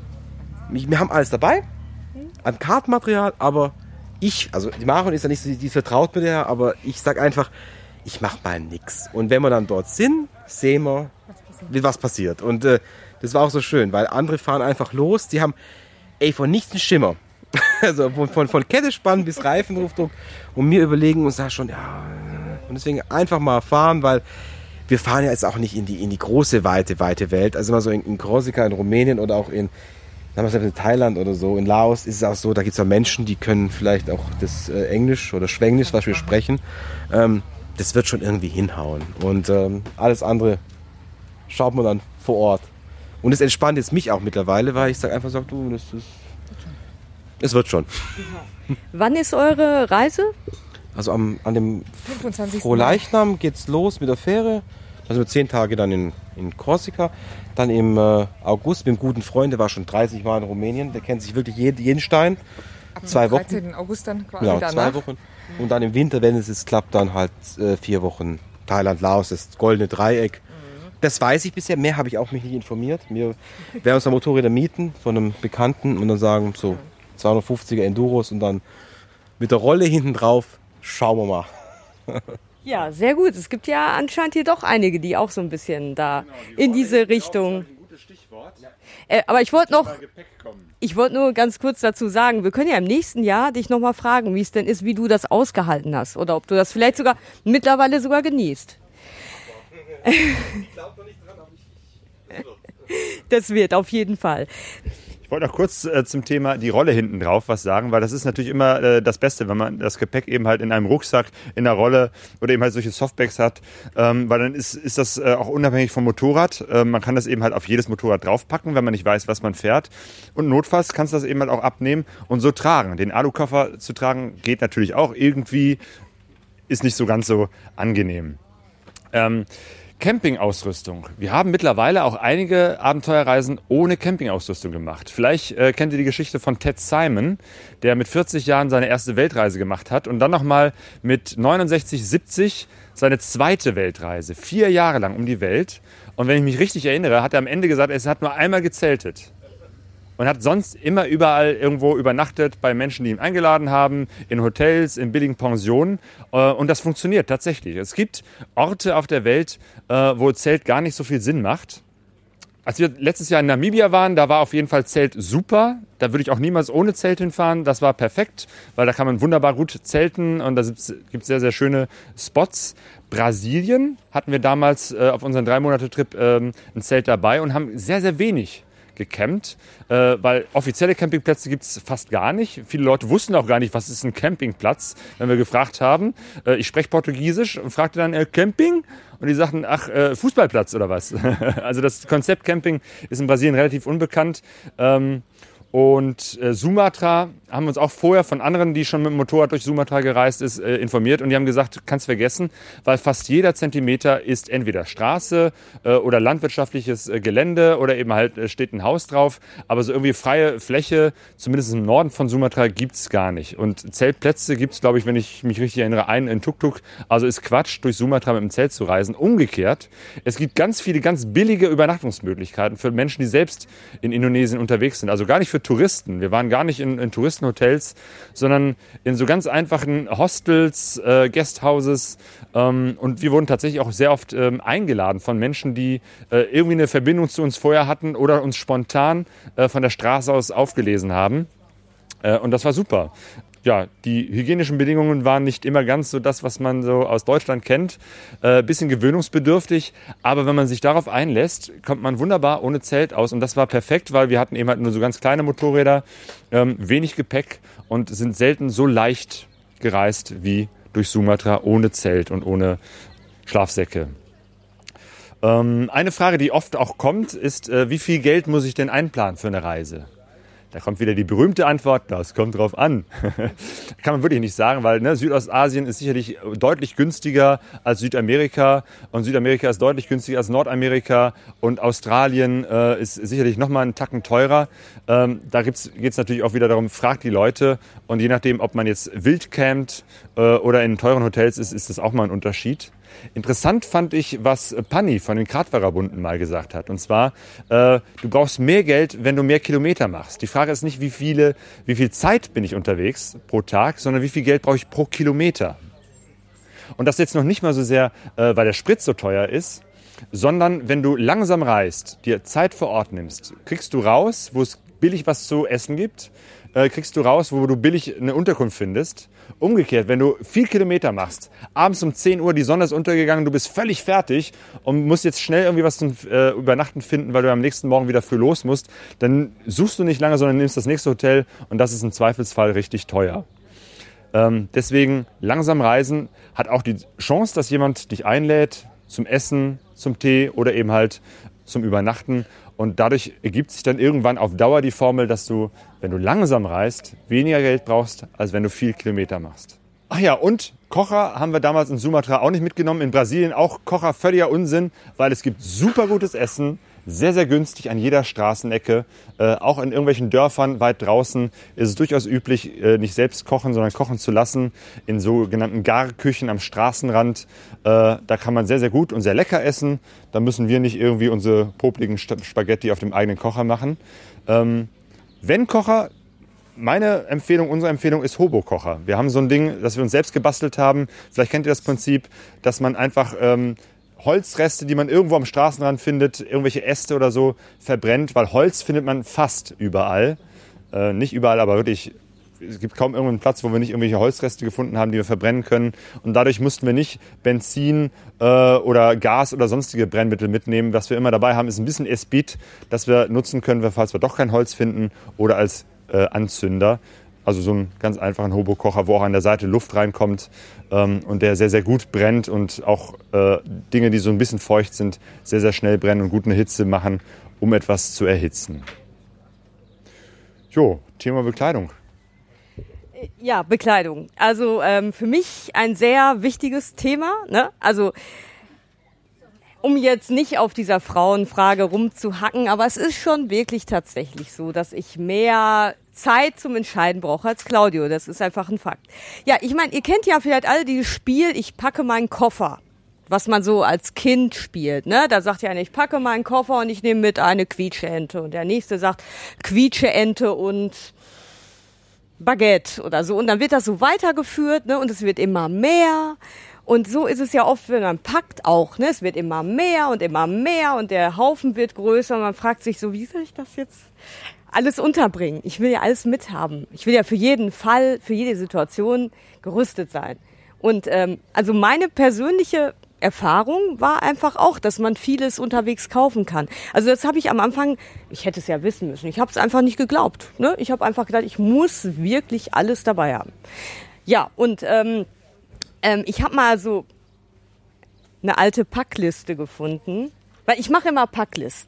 wir haben alles dabei, an Kartenmaterial, aber ich, also die Marion ist ja nicht so, die vertraut mir ja, aber ich sag einfach, ich mach mal nix. Und wenn wir dann dort sind, sehen wir, wie was passiert. Und äh, das war auch so schön, weil andere fahren einfach los, die haben, ey, von nichts einen Schimmer. Also von, von, von Kettespann bis Reifenrufdruck. Und wir überlegen uns da schon, ja, und deswegen einfach mal fahren, weil wir fahren ja jetzt auch nicht in die, in die große, weite, weite Welt. Also immer so in, in Korsika, in Rumänien oder auch in, sagen wir mal, in Thailand oder so, in Laos ist es auch so, da gibt es auch Menschen, die können vielleicht auch das äh, Englisch oder Schwäbisch, was wir sprechen. Ähm, das wird schon irgendwie hinhauen. Und ähm, alles andere schaut man dann vor Ort. Und es entspannt jetzt mich auch mittlerweile, weil ich sage einfach, sag, du, das ist, es wird schon. Wann ist eure Reise? Also am, an dem fünfundzwanzigsten Frohleichnam geht's los mit der Fähre. Da sind wir zehn Tage dann in, in Korsika. Dann im äh, August mit einem guten Freund, der war schon dreißig Mal in Rumänien. Der kennt sich wirklich jeden, jeden Stein. Ab zwei dem Wochen. dreizehnten August dann quasi Genau, danach. zwei Wochen. Und dann im Winter, wenn es jetzt klappt, dann halt äh, vier Wochen Thailand, Laos, das goldene Dreieck. Das weiß ich bisher, mehr habe ich auch mich nicht informiert. Wir werden uns da Motorräder mieten von einem Bekannten und dann sagen so zweihundertfünfziger Enduros und dann mit der Rolle hinten drauf, schauen wir mal. Ja, sehr gut. Es gibt ja anscheinend hier doch einige, die auch so ein bisschen da in diese Richtung. Äh, aber ich wollte noch, ich wollte nur ganz kurz dazu sagen, wir können ja im nächsten Jahr dich nochmal fragen, wie es denn ist, wie du das ausgehalten hast oder ob du das vielleicht sogar mittlerweile sogar genießt. Das wird auf jeden Fall. Ich wollte noch kurz äh, zum Thema die Rolle hinten drauf was sagen, weil das ist natürlich immer äh, das Beste, wenn man das Gepäck eben halt in einem Rucksack, in der Rolle oder eben halt solche Softbags hat, ähm, weil dann ist, ist das äh, auch unabhängig vom Motorrad. Äh, man kann das eben halt auf jedes Motorrad draufpacken, wenn man nicht weiß, was man fährt. Und notfalls kannst du das eben halt auch abnehmen und so tragen. Den Alukoffer zu tragen geht natürlich auch irgendwie, ist nicht so ganz so angenehm. Ähm, Campingausrüstung. Wir haben mittlerweile auch einige Abenteuerreisen ohne Campingausrüstung gemacht. Vielleicht äh, kennt ihr die Geschichte von Ted Simon, der mit vierzig Jahren seine erste Weltreise gemacht hat und dann nochmal mit neunundsechzig, siebzig seine zweite Weltreise. Vier Jahre lang um die Welt. Und wenn ich mich richtig erinnere, hat er am Ende gesagt, er hat nur einmal gezeltet. Und hat sonst immer überall irgendwo übernachtet bei Menschen, die ihn eingeladen haben, in Hotels, in billigen Pensionen. Und das funktioniert tatsächlich. Es gibt Orte auf der Welt, wo Zelt gar nicht so viel Sinn macht. Als wir letztes Jahr in Namibia waren, da war auf jeden Fall Zelt super. Da würde ich auch niemals ohne Zelt hinfahren. Das war perfekt, weil da kann man wunderbar gut zelten und da gibt es sehr, sehr schöne Spots. Brasilien hatten wir damals auf unseren Drei-Monate-Trip ein Zelt dabei und haben sehr, sehr wenig gecampt, äh, weil offizielle Campingplätze gibt es fast gar nicht. Viele Leute wussten auch gar nicht, was ist ein Campingplatz, wenn wir gefragt haben. Äh, ich spreche Portugiesisch und fragte dann, äh, Camping? Und die sagten, ach, äh, Fußballplatz oder was? Also das Konzept Camping ist in Brasilien relativ unbekannt. Ähm, Und äh, Sumatra haben uns auch vorher von anderen, die schon mit dem Motorrad durch Sumatra gereist ist, äh, informiert. Und die haben gesagt, kannst vergessen, weil fast jeder Zentimeter ist entweder Straße äh, oder landwirtschaftliches äh, Gelände oder eben halt äh, steht ein Haus drauf. Aber so irgendwie freie Fläche, zumindest im Norden von Sumatra, gibt's gar nicht. Und Zeltplätze gibt's, glaube ich, wenn ich mich richtig erinnere, einen in Tuk-Tuk. Also ist Quatsch, durch Sumatra mit dem Zelt zu reisen. Umgekehrt, es gibt ganz viele, ganz billige Übernachtungsmöglichkeiten für Menschen, die selbst in Indonesien unterwegs sind. Also gar nicht für Touristen. Wir waren gar nicht in, in Touristenhotels, sondern in so ganz einfachen Hostels, äh, Guesthouses. Ähm, und wir wurden tatsächlich auch sehr oft ähm, eingeladen von Menschen, die äh, irgendwie eine Verbindung zu uns vorher hatten oder uns spontan äh, von der Straße aus aufgelesen haben. Äh, und das war super. Ja, die hygienischen Bedingungen waren nicht immer ganz so das, was man so aus Deutschland kennt. Äh, bisschen gewöhnungsbedürftig, aber wenn man sich darauf einlässt, kommt man wunderbar ohne Zelt aus. Und das war perfekt, weil wir hatten eben halt nur so ganz kleine Motorräder, ähm, wenig Gepäck und sind selten so leicht gereist wie durch Sumatra ohne Zelt und ohne Schlafsäcke. Ähm, eine Frage, die oft auch kommt, ist, äh, wie viel Geld muss ich denn einplanen für eine Reise? Da kommt wieder die berühmte Antwort, das kommt drauf an. Kann man wirklich nicht sagen, weil ne, Südostasien ist sicherlich deutlich günstiger als Südamerika und Südamerika ist deutlich günstiger als Nordamerika und Australien äh, ist sicherlich nochmal einen Tacken teurer. Ähm, da geht es natürlich auch wieder darum, fragt die Leute und je nachdem, ob man jetzt wild campt äh, oder in teuren Hotels ist, ist das auch mal ein Unterschied. Interessant fand ich, was Panni von den Kratfahrerbunden mal gesagt hat. Und zwar, äh, du brauchst mehr Geld, wenn du mehr Kilometer machst. Die Frage ist nicht, wie viele, wie viel Zeit bin ich unterwegs pro Tag, sondern wie viel Geld brauche ich pro Kilometer. Und das jetzt noch nicht mal so sehr, äh, weil der Sprit so teuer ist, sondern wenn du langsam reist, dir Zeit vor Ort nimmst, kriegst du raus, wo es billig was zu essen gibt, äh, kriegst du raus, wo du billig eine Unterkunft findest. Umgekehrt, wenn du viel Kilometer machst, abends um zehn Uhr, die Sonne ist untergegangen, du bist völlig fertig und musst jetzt schnell irgendwie was zum äh, Übernachten finden, weil du am nächsten Morgen wieder früh los musst, dann suchst du nicht lange, sondern nimmst das nächste Hotel und das ist im Zweifelsfall richtig teuer. Ähm, deswegen langsam reisen hat auch die Chance, dass jemand dich einlädt zum Essen, zum Tee oder eben halt zum Übernachten. Und dadurch ergibt sich dann irgendwann auf Dauer die Formel, dass du, wenn du langsam reist, weniger Geld brauchst, als wenn du viel Kilometer machst. Ach ja, und Kocher haben wir damals in Sumatra auch nicht mitgenommen. In Brasilien auch Kocher völliger Unsinn, weil es gibt super gutes Essen, sehr, sehr günstig an jeder Straßenecke. Äh, auch in irgendwelchen Dörfern weit draußen ist es durchaus üblich, äh, nicht selbst kochen, sondern kochen zu lassen in sogenannten Garküchen am Straßenrand. Äh, da kann man sehr, sehr gut und sehr lecker essen. Da müssen wir nicht irgendwie unsere popligen Spaghetti auf dem eigenen Kocher machen. Ähm, wenn Kocher, meine Empfehlung, unsere Empfehlung ist Hobo-Kocher. Wir haben so ein Ding, das wir uns selbst gebastelt haben. Vielleicht kennt ihr das Prinzip, dass man einfach ähm, Holzreste, die man irgendwo am Straßenrand findet, irgendwelche Äste oder so, verbrennt, weil Holz findet man fast überall. Äh, nicht überall, aber wirklich, es gibt kaum irgendeinen Platz, wo wir nicht irgendwelche Holzreste gefunden haben, die wir verbrennen können. Und dadurch mussten wir nicht Benzin äh, oder Gas oder sonstige Brennmittel mitnehmen. Was wir immer dabei haben, ist ein bisschen Esbit, das wir nutzen können, falls wir doch kein Holz finden, oder als äh, Anzünder. Also so einen ganz einfachen Hobo-Kocher, wo auch an der Seite Luft reinkommt ähm, und der sehr, sehr gut brennt und auch äh, Dinge, die so ein bisschen feucht sind, sehr, sehr schnell brennen und gut eine Hitze machen, um etwas zu erhitzen. Jo, Thema Bekleidung. Ja, Bekleidung. Also ähm, für mich ein sehr wichtiges Thema. Ne? Also um jetzt nicht auf dieser Frauenfrage rumzuhacken, aber es ist schon wirklich tatsächlich so, dass ich mehr Zeit zum Entscheiden brauche als Claudio. Das ist einfach ein Fakt. Ja, ich meine, ihr kennt ja vielleicht alle dieses Spiel, ich packe meinen Koffer, was man so als Kind spielt. Ne? Da sagt ja einer, ich packe meinen Koffer und ich nehme mit eine Quietscheente. Und der nächste sagt Quietscheente und Baguette oder so. Und dann wird das so weitergeführt, ne? Und es wird immer mehr. Und so ist es ja oft, wenn man packt auch, ne? Es wird immer mehr und immer mehr und der Haufen wird größer und man fragt sich so, wie soll ich das jetzt alles unterbringen? Ich will ja alles mithaben. Ich will ja für jeden Fall, für jede Situation gerüstet sein. Und ähm, also meine persönliche Erfahrung war einfach auch, dass man vieles unterwegs kaufen kann. Also das habe ich am Anfang, ich hätte es ja wissen müssen, ich habe es einfach nicht geglaubt. Ne? Ich habe einfach gedacht, ich muss wirklich alles dabei haben. Ja, und ähm, ähm, ich habe mal so eine alte Packliste gefunden, weil ich mache immer Packlisten.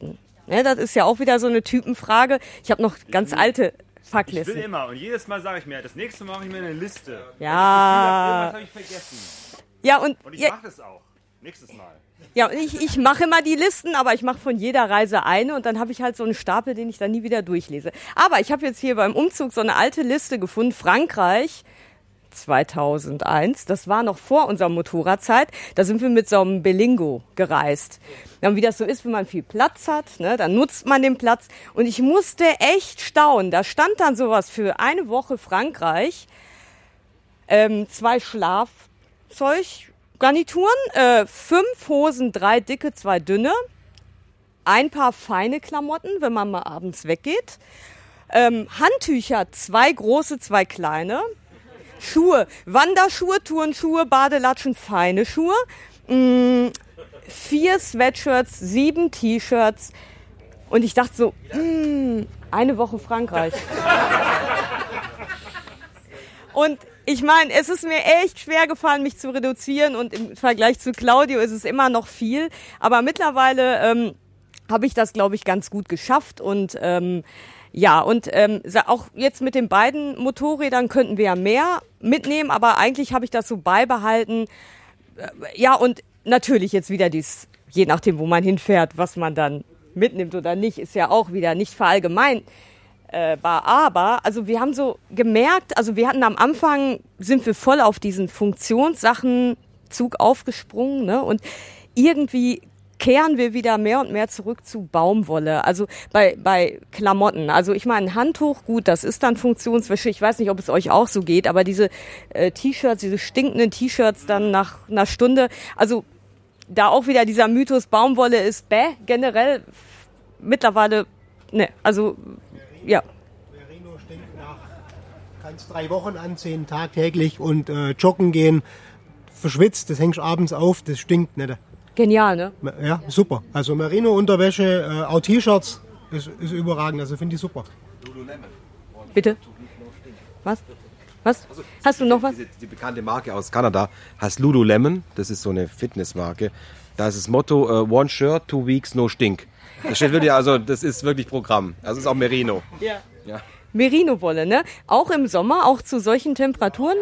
Ne, das ist ja auch wieder so eine Typenfrage. Ich habe noch ganz alte Packlisten. Ich will immer und jedes Mal sage ich mir, das nächste Mal mache ich mir eine Liste. Ja. Was habe ich vergessen? Ja, und, und ich ja, mache das auch. Nächstes Mal. Ja, und ich, ich mache immer die Listen, aber ich mache von jeder Reise eine und dann habe ich halt so einen Stapel, den ich dann nie wieder durchlese. Aber ich habe jetzt hier beim Umzug so eine alte Liste gefunden. Frankreich zweitausendeins, das war noch vor unserer Motorradzeit. Da sind wir mit so einem Belingo gereist. Und wie das so ist, wenn man viel Platz hat, ne, dann nutzt man den Platz. Und ich musste echt staunen. Da stand dann sowas für eine Woche Frankreich, ähm, zwei Schlafzeug, Garnituren, äh, fünf Hosen, drei dicke, zwei dünne, ein paar feine Klamotten, wenn man mal abends weggeht, ähm, Handtücher, zwei große, zwei kleine, Schuhe, Wanderschuhe, Turnschuhe, Badelatschen, feine Schuhe, mh, vier Sweatshirts, sieben T-Shirts und ich dachte so, mh, eine Woche Frankreich. Und ich meine, es ist mir echt schwer gefallen, mich zu reduzieren und im Vergleich zu Claudio ist es immer noch viel. Aber mittlerweile ähm, habe ich das, glaube ich, ganz gut geschafft. Und ähm, ja, und ähm, auch jetzt mit den beiden Motorrädern könnten wir ja mehr mitnehmen. Aber eigentlich habe ich das so beibehalten. Äh, ja, und natürlich jetzt wieder dies, je nachdem, wo man hinfährt, was man dann mitnimmt oder nicht, ist ja auch wieder nicht verallgemein. Aber, also wir haben so gemerkt, also wir hatten am Anfang, sind wir voll auf diesen Funktionssachen-Zug aufgesprungen, ne? Und irgendwie kehren wir wieder mehr und mehr zurück zu Baumwolle, also bei, bei Klamotten. Also ich meine, ein Handtuch, gut, das ist dann Funktionswäsche, ich weiß nicht, ob es euch auch so geht, aber diese äh, T-Shirts, diese stinkenden T-Shirts dann nach einer Stunde, also da auch wieder dieser Mythos, Baumwolle ist bäh, generell mittlerweile, ne, also ja. Merino stinkt nach, kannst drei Wochen anziehen, tagtäglich und äh, joggen gehen, verschwitzt, das hängst abends auf, das stinkt nicht. Genial, ne? Ja, super. Also Merino-Unterwäsche, äh, auch T-Shirts, ist, ist überragend, also finde ich super. Bitte? Was? Was? Hast du noch was? Die, die bekannte Marke aus Kanada heißt Lululemon, das ist so eine Fitnessmarke. Da ist das Motto, uh, one shirt, two weeks, no stink. Das steht wirklich, also das ist wirklich Programm. Das ist auch Merino. Ja. Ja. Merino-Wolle, ne? Auch im Sommer, auch zu solchen Temperaturen?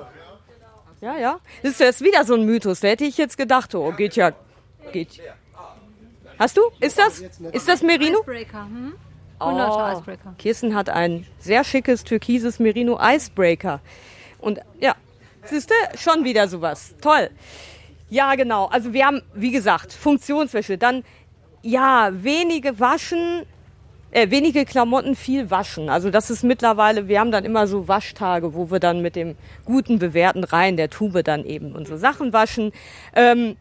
Ja, ja. Das ist jetzt wieder so ein Mythos. Da hätte ich jetzt gedacht, oh, geht ja, geht. Hast du? Ist das? Ist das Merino? Icebreaker, hm? Oh, Icebreaker. Kirsten hat ein sehr schickes türkises Merino Icebreaker. Und ja, siehst du, schon wieder sowas. Toll. Ja, genau. Also wir haben, wie gesagt, Funktionswäsche. Dann ja, wenige waschen, äh, wenige Klamotten, viel waschen. Also das ist mittlerweile, wir haben dann immer so Waschtage, wo wir dann mit dem guten, bewährten Reihen der Tube dann eben unsere Sachen waschen. Ähm,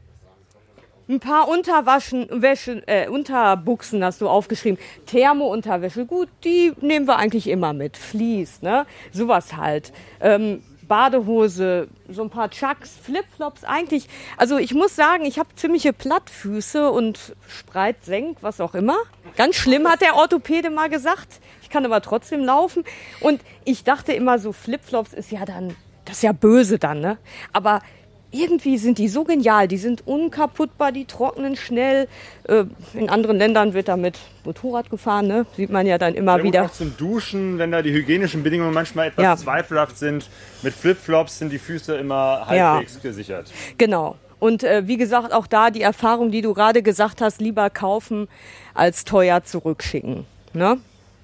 ein paar Unterwaschen, Wäsche, äh, Unterbuchsen hast du aufgeschrieben. Thermo-Unterwäsche, gut, die nehmen wir eigentlich immer mit. Vlies, ne? Sowas halt. Ähm, Badehose, so ein paar Chucks, Flipflops, eigentlich, also ich muss sagen, ich habe ziemliche Plattfüße und Spreitsenk, was auch immer. Ganz schlimm, hat der Orthopäde mal gesagt. Ich kann aber trotzdem laufen. Und ich dachte immer so, Flipflops ist ja dann, das ist ja böse dann, ne? Aber irgendwie sind die so genial, die sind unkaputtbar, die trocknen schnell. Äh, in anderen Ländern wird damit Motorrad gefahren, ne? Sieht man ja dann immer ja, wieder. Auch zum Duschen, wenn da die hygienischen Bedingungen manchmal etwas ja. zweifelhaft sind. Mit Flipflops sind die Füße immer halbwegs ja. gesichert. Genau. Und äh, wie gesagt, auch da die Erfahrung, die du gerade gesagt hast, lieber kaufen als teuer zurückschicken. Ne?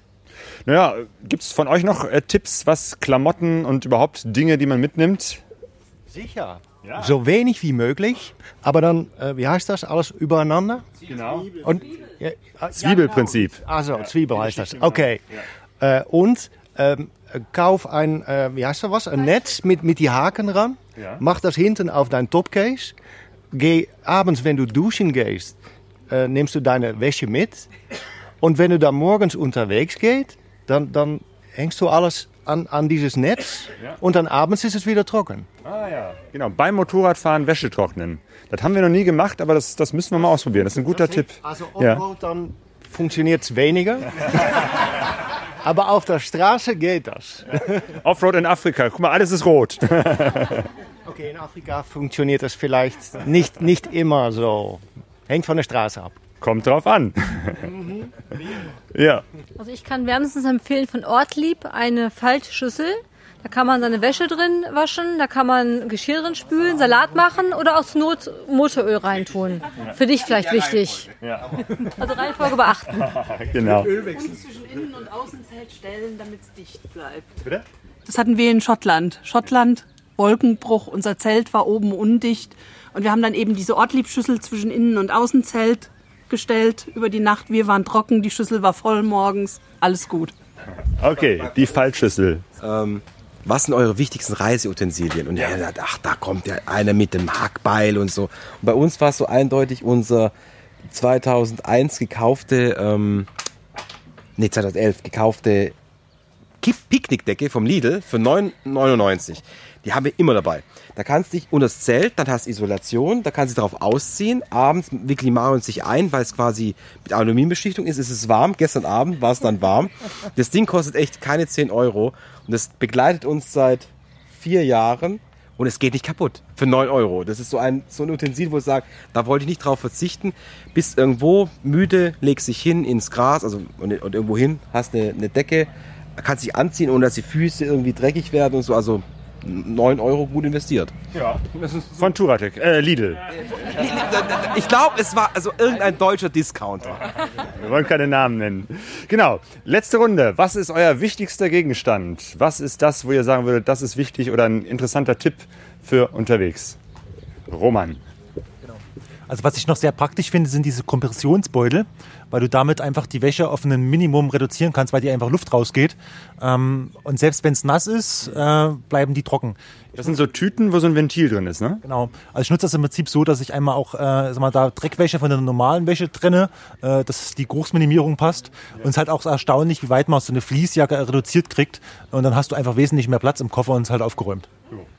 Naja, gibt es von euch noch äh, Tipps, was Klamotten und überhaupt Dinge, die man mitnimmt? Sicher. Ja. So wenig wie möglich, aber dann, äh, wie heißt das, alles übereinander? Genau. Und, ja, Zwiebelprinzip. Also, Zwiebel heißt das. Okay. Ja. Äh, und ähm, kauf ein, äh, wie heißt das was, ein Netz mit, mit die Haken ran. Ja. Mach das hinten auf dein Topcase. Geh abends, wenn du duschen gehst, äh, nimmst du deine Wäsche mit. Und wenn du dann morgens unterwegs gehst, dann, dann hängst du alles an, an dieses Netz ja. und dann abends ist es wieder trocken. Ah ja, genau. Beim Motorradfahren Wäsche trocknen. Das haben wir noch nie gemacht, aber das, das müssen wir mal ausprobieren. Das ist ein guter das Tipp. Also Offroad, ja. dann funktioniert es weniger. Aber auf der Straße geht das. Offroad in Afrika. Guck mal, alles ist rot. Okay, in Afrika funktioniert das vielleicht nicht, nicht immer so. Hängt von der Straße ab. Kommt drauf an. Ja. Also ich kann wärmstens empfehlen von Ortlieb eine Faltschüssel. Da kann man seine Wäsche drin waschen, da kann man Geschirr drin spülen, Salat machen oder auch zur Not Motoröl reintun. Für dich vielleicht wichtig. Ja. Also Reihenfolge beachten. Genau. Und zwischen Innen- und Außenzelt stellen, damit es dicht bleibt. Bitte? Das hatten wir in Schottland. Schottland, Wolkenbruch, unser Zelt war oben undicht. Und wir haben dann eben diese Ortlieb-Schüssel zwischen Innen- und Außenzelt gestellt über die Nacht. Wir waren trocken, die Schüssel war voll morgens. Alles gut. Okay, die Faltschüssel. Ähm, was sind eure wichtigsten Reiseutensilien? Und er sagt, ach, da kommt ja einer mit dem Hackbeil und so. Und bei uns war es so eindeutig unser zweitausendeins gekaufte, ähm, nee, zweitausendelf gekaufte Picknickdecke vom Lidl für neun neunundneunzig. Die haben wir immer dabei. Da kannst du dich unter das Zelt, dann hast du Isolation, da kannst du drauf ausziehen. Abends wickelt die Marion sich ein, weil es quasi mit Aluminiumbeschichtung ist. Es ist warm. Gestern Abend war es dann warm. Das Ding kostet echt keine zehn Euro. Und das begleitet uns seit vier Jahren. Und es geht nicht kaputt. Für neun Euro. Das ist so ein, so ein Utensil, wo ich sage, da wollte ich nicht drauf verzichten. Bist irgendwo müde, legst dich hin ins Gras, also und, und irgendwo hin, hast eine, eine Decke, kannst dich anziehen, ohne dass die Füße irgendwie dreckig werden und so. Also neun Euro gut investiert. Ja, von Touratec, äh, Lidl. Ich glaube, es war also irgendein deutscher Discounter. Wir wollen keine Namen nennen. Genau, letzte Runde. Was ist euer wichtigster Gegenstand? Was ist das, wo ihr sagen würdet, das ist wichtig oder ein interessanter Tipp für unterwegs? Roman. Also was ich noch sehr praktisch finde, sind diese Kompressionsbeutel, weil du damit einfach die Wäsche auf ein Minimum reduzieren kannst, weil die einfach Luft rausgeht. Ähm, und selbst wenn es nass ist, äh, bleiben die trocken. Das sind so Tüten, wo so ein Ventil drin ist, ne? Genau. Also ich nutze das im Prinzip so, dass ich einmal auch äh, sag mal, da Dreckwäsche von der normalen Wäsche trenne, äh, dass die Geruchsminimierung passt. Ja. Und es ist halt auch erstaunlich, wie weit man so eine Fließjacke reduziert kriegt. Und dann hast du einfach wesentlich mehr Platz im Koffer und es ist halt aufgeräumt.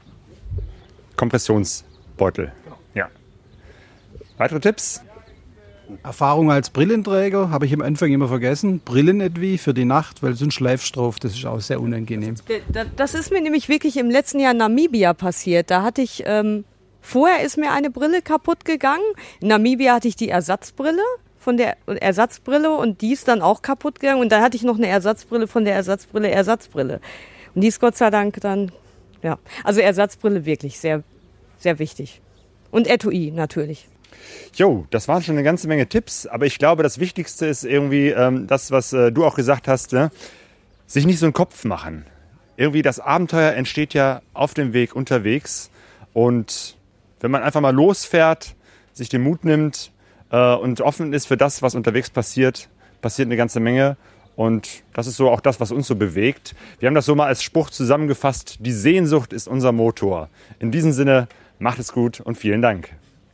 Kompressionsbeutel. Genau. Ja. Weitere Tipps? Erfahrung als Brillenträger habe ich am Anfang immer vergessen. Brillenetui für die Nacht, weil sonst schläfst du drauf. Das ist auch sehr unangenehm. Das ist mir nämlich wirklich im letzten Jahr in Namibia passiert. Da hatte ich, ähm, vorher ist mir eine Brille kaputt gegangen. In Namibia hatte ich die Ersatzbrille von der Ersatzbrille und die ist dann auch kaputt gegangen. Und dann hatte ich noch eine Ersatzbrille von der Ersatzbrille Ersatzbrille. Und die ist Gott sei Dank dann, ja. Also Ersatzbrille wirklich sehr, sehr wichtig. Und Etui natürlich. Jo, das waren schon eine ganze Menge Tipps, aber ich glaube, das Wichtigste ist irgendwie ähm, das, was äh, du auch gesagt hast, ne? Sich nicht so einen Kopf machen. Irgendwie das Abenteuer entsteht ja auf dem Weg unterwegs und wenn man einfach mal losfährt, sich den Mut nimmt äh, und offen ist für das, was unterwegs passiert, passiert eine ganze Menge und das ist so auch das, was uns so bewegt. Wir haben das so mal als Spruch zusammengefasst, die Sehnsucht ist unser Motor. In diesem Sinne, macht es gut und vielen Dank.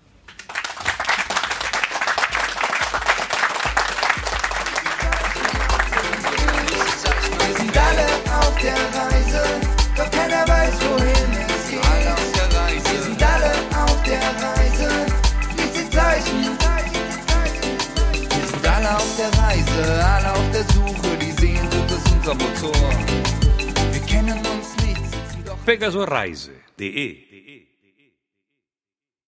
Alle auf der Suche, die Sehnsucht ist unser Motor. Wir kennen uns nicht, sitzen doch. Pegaso Reise punkt de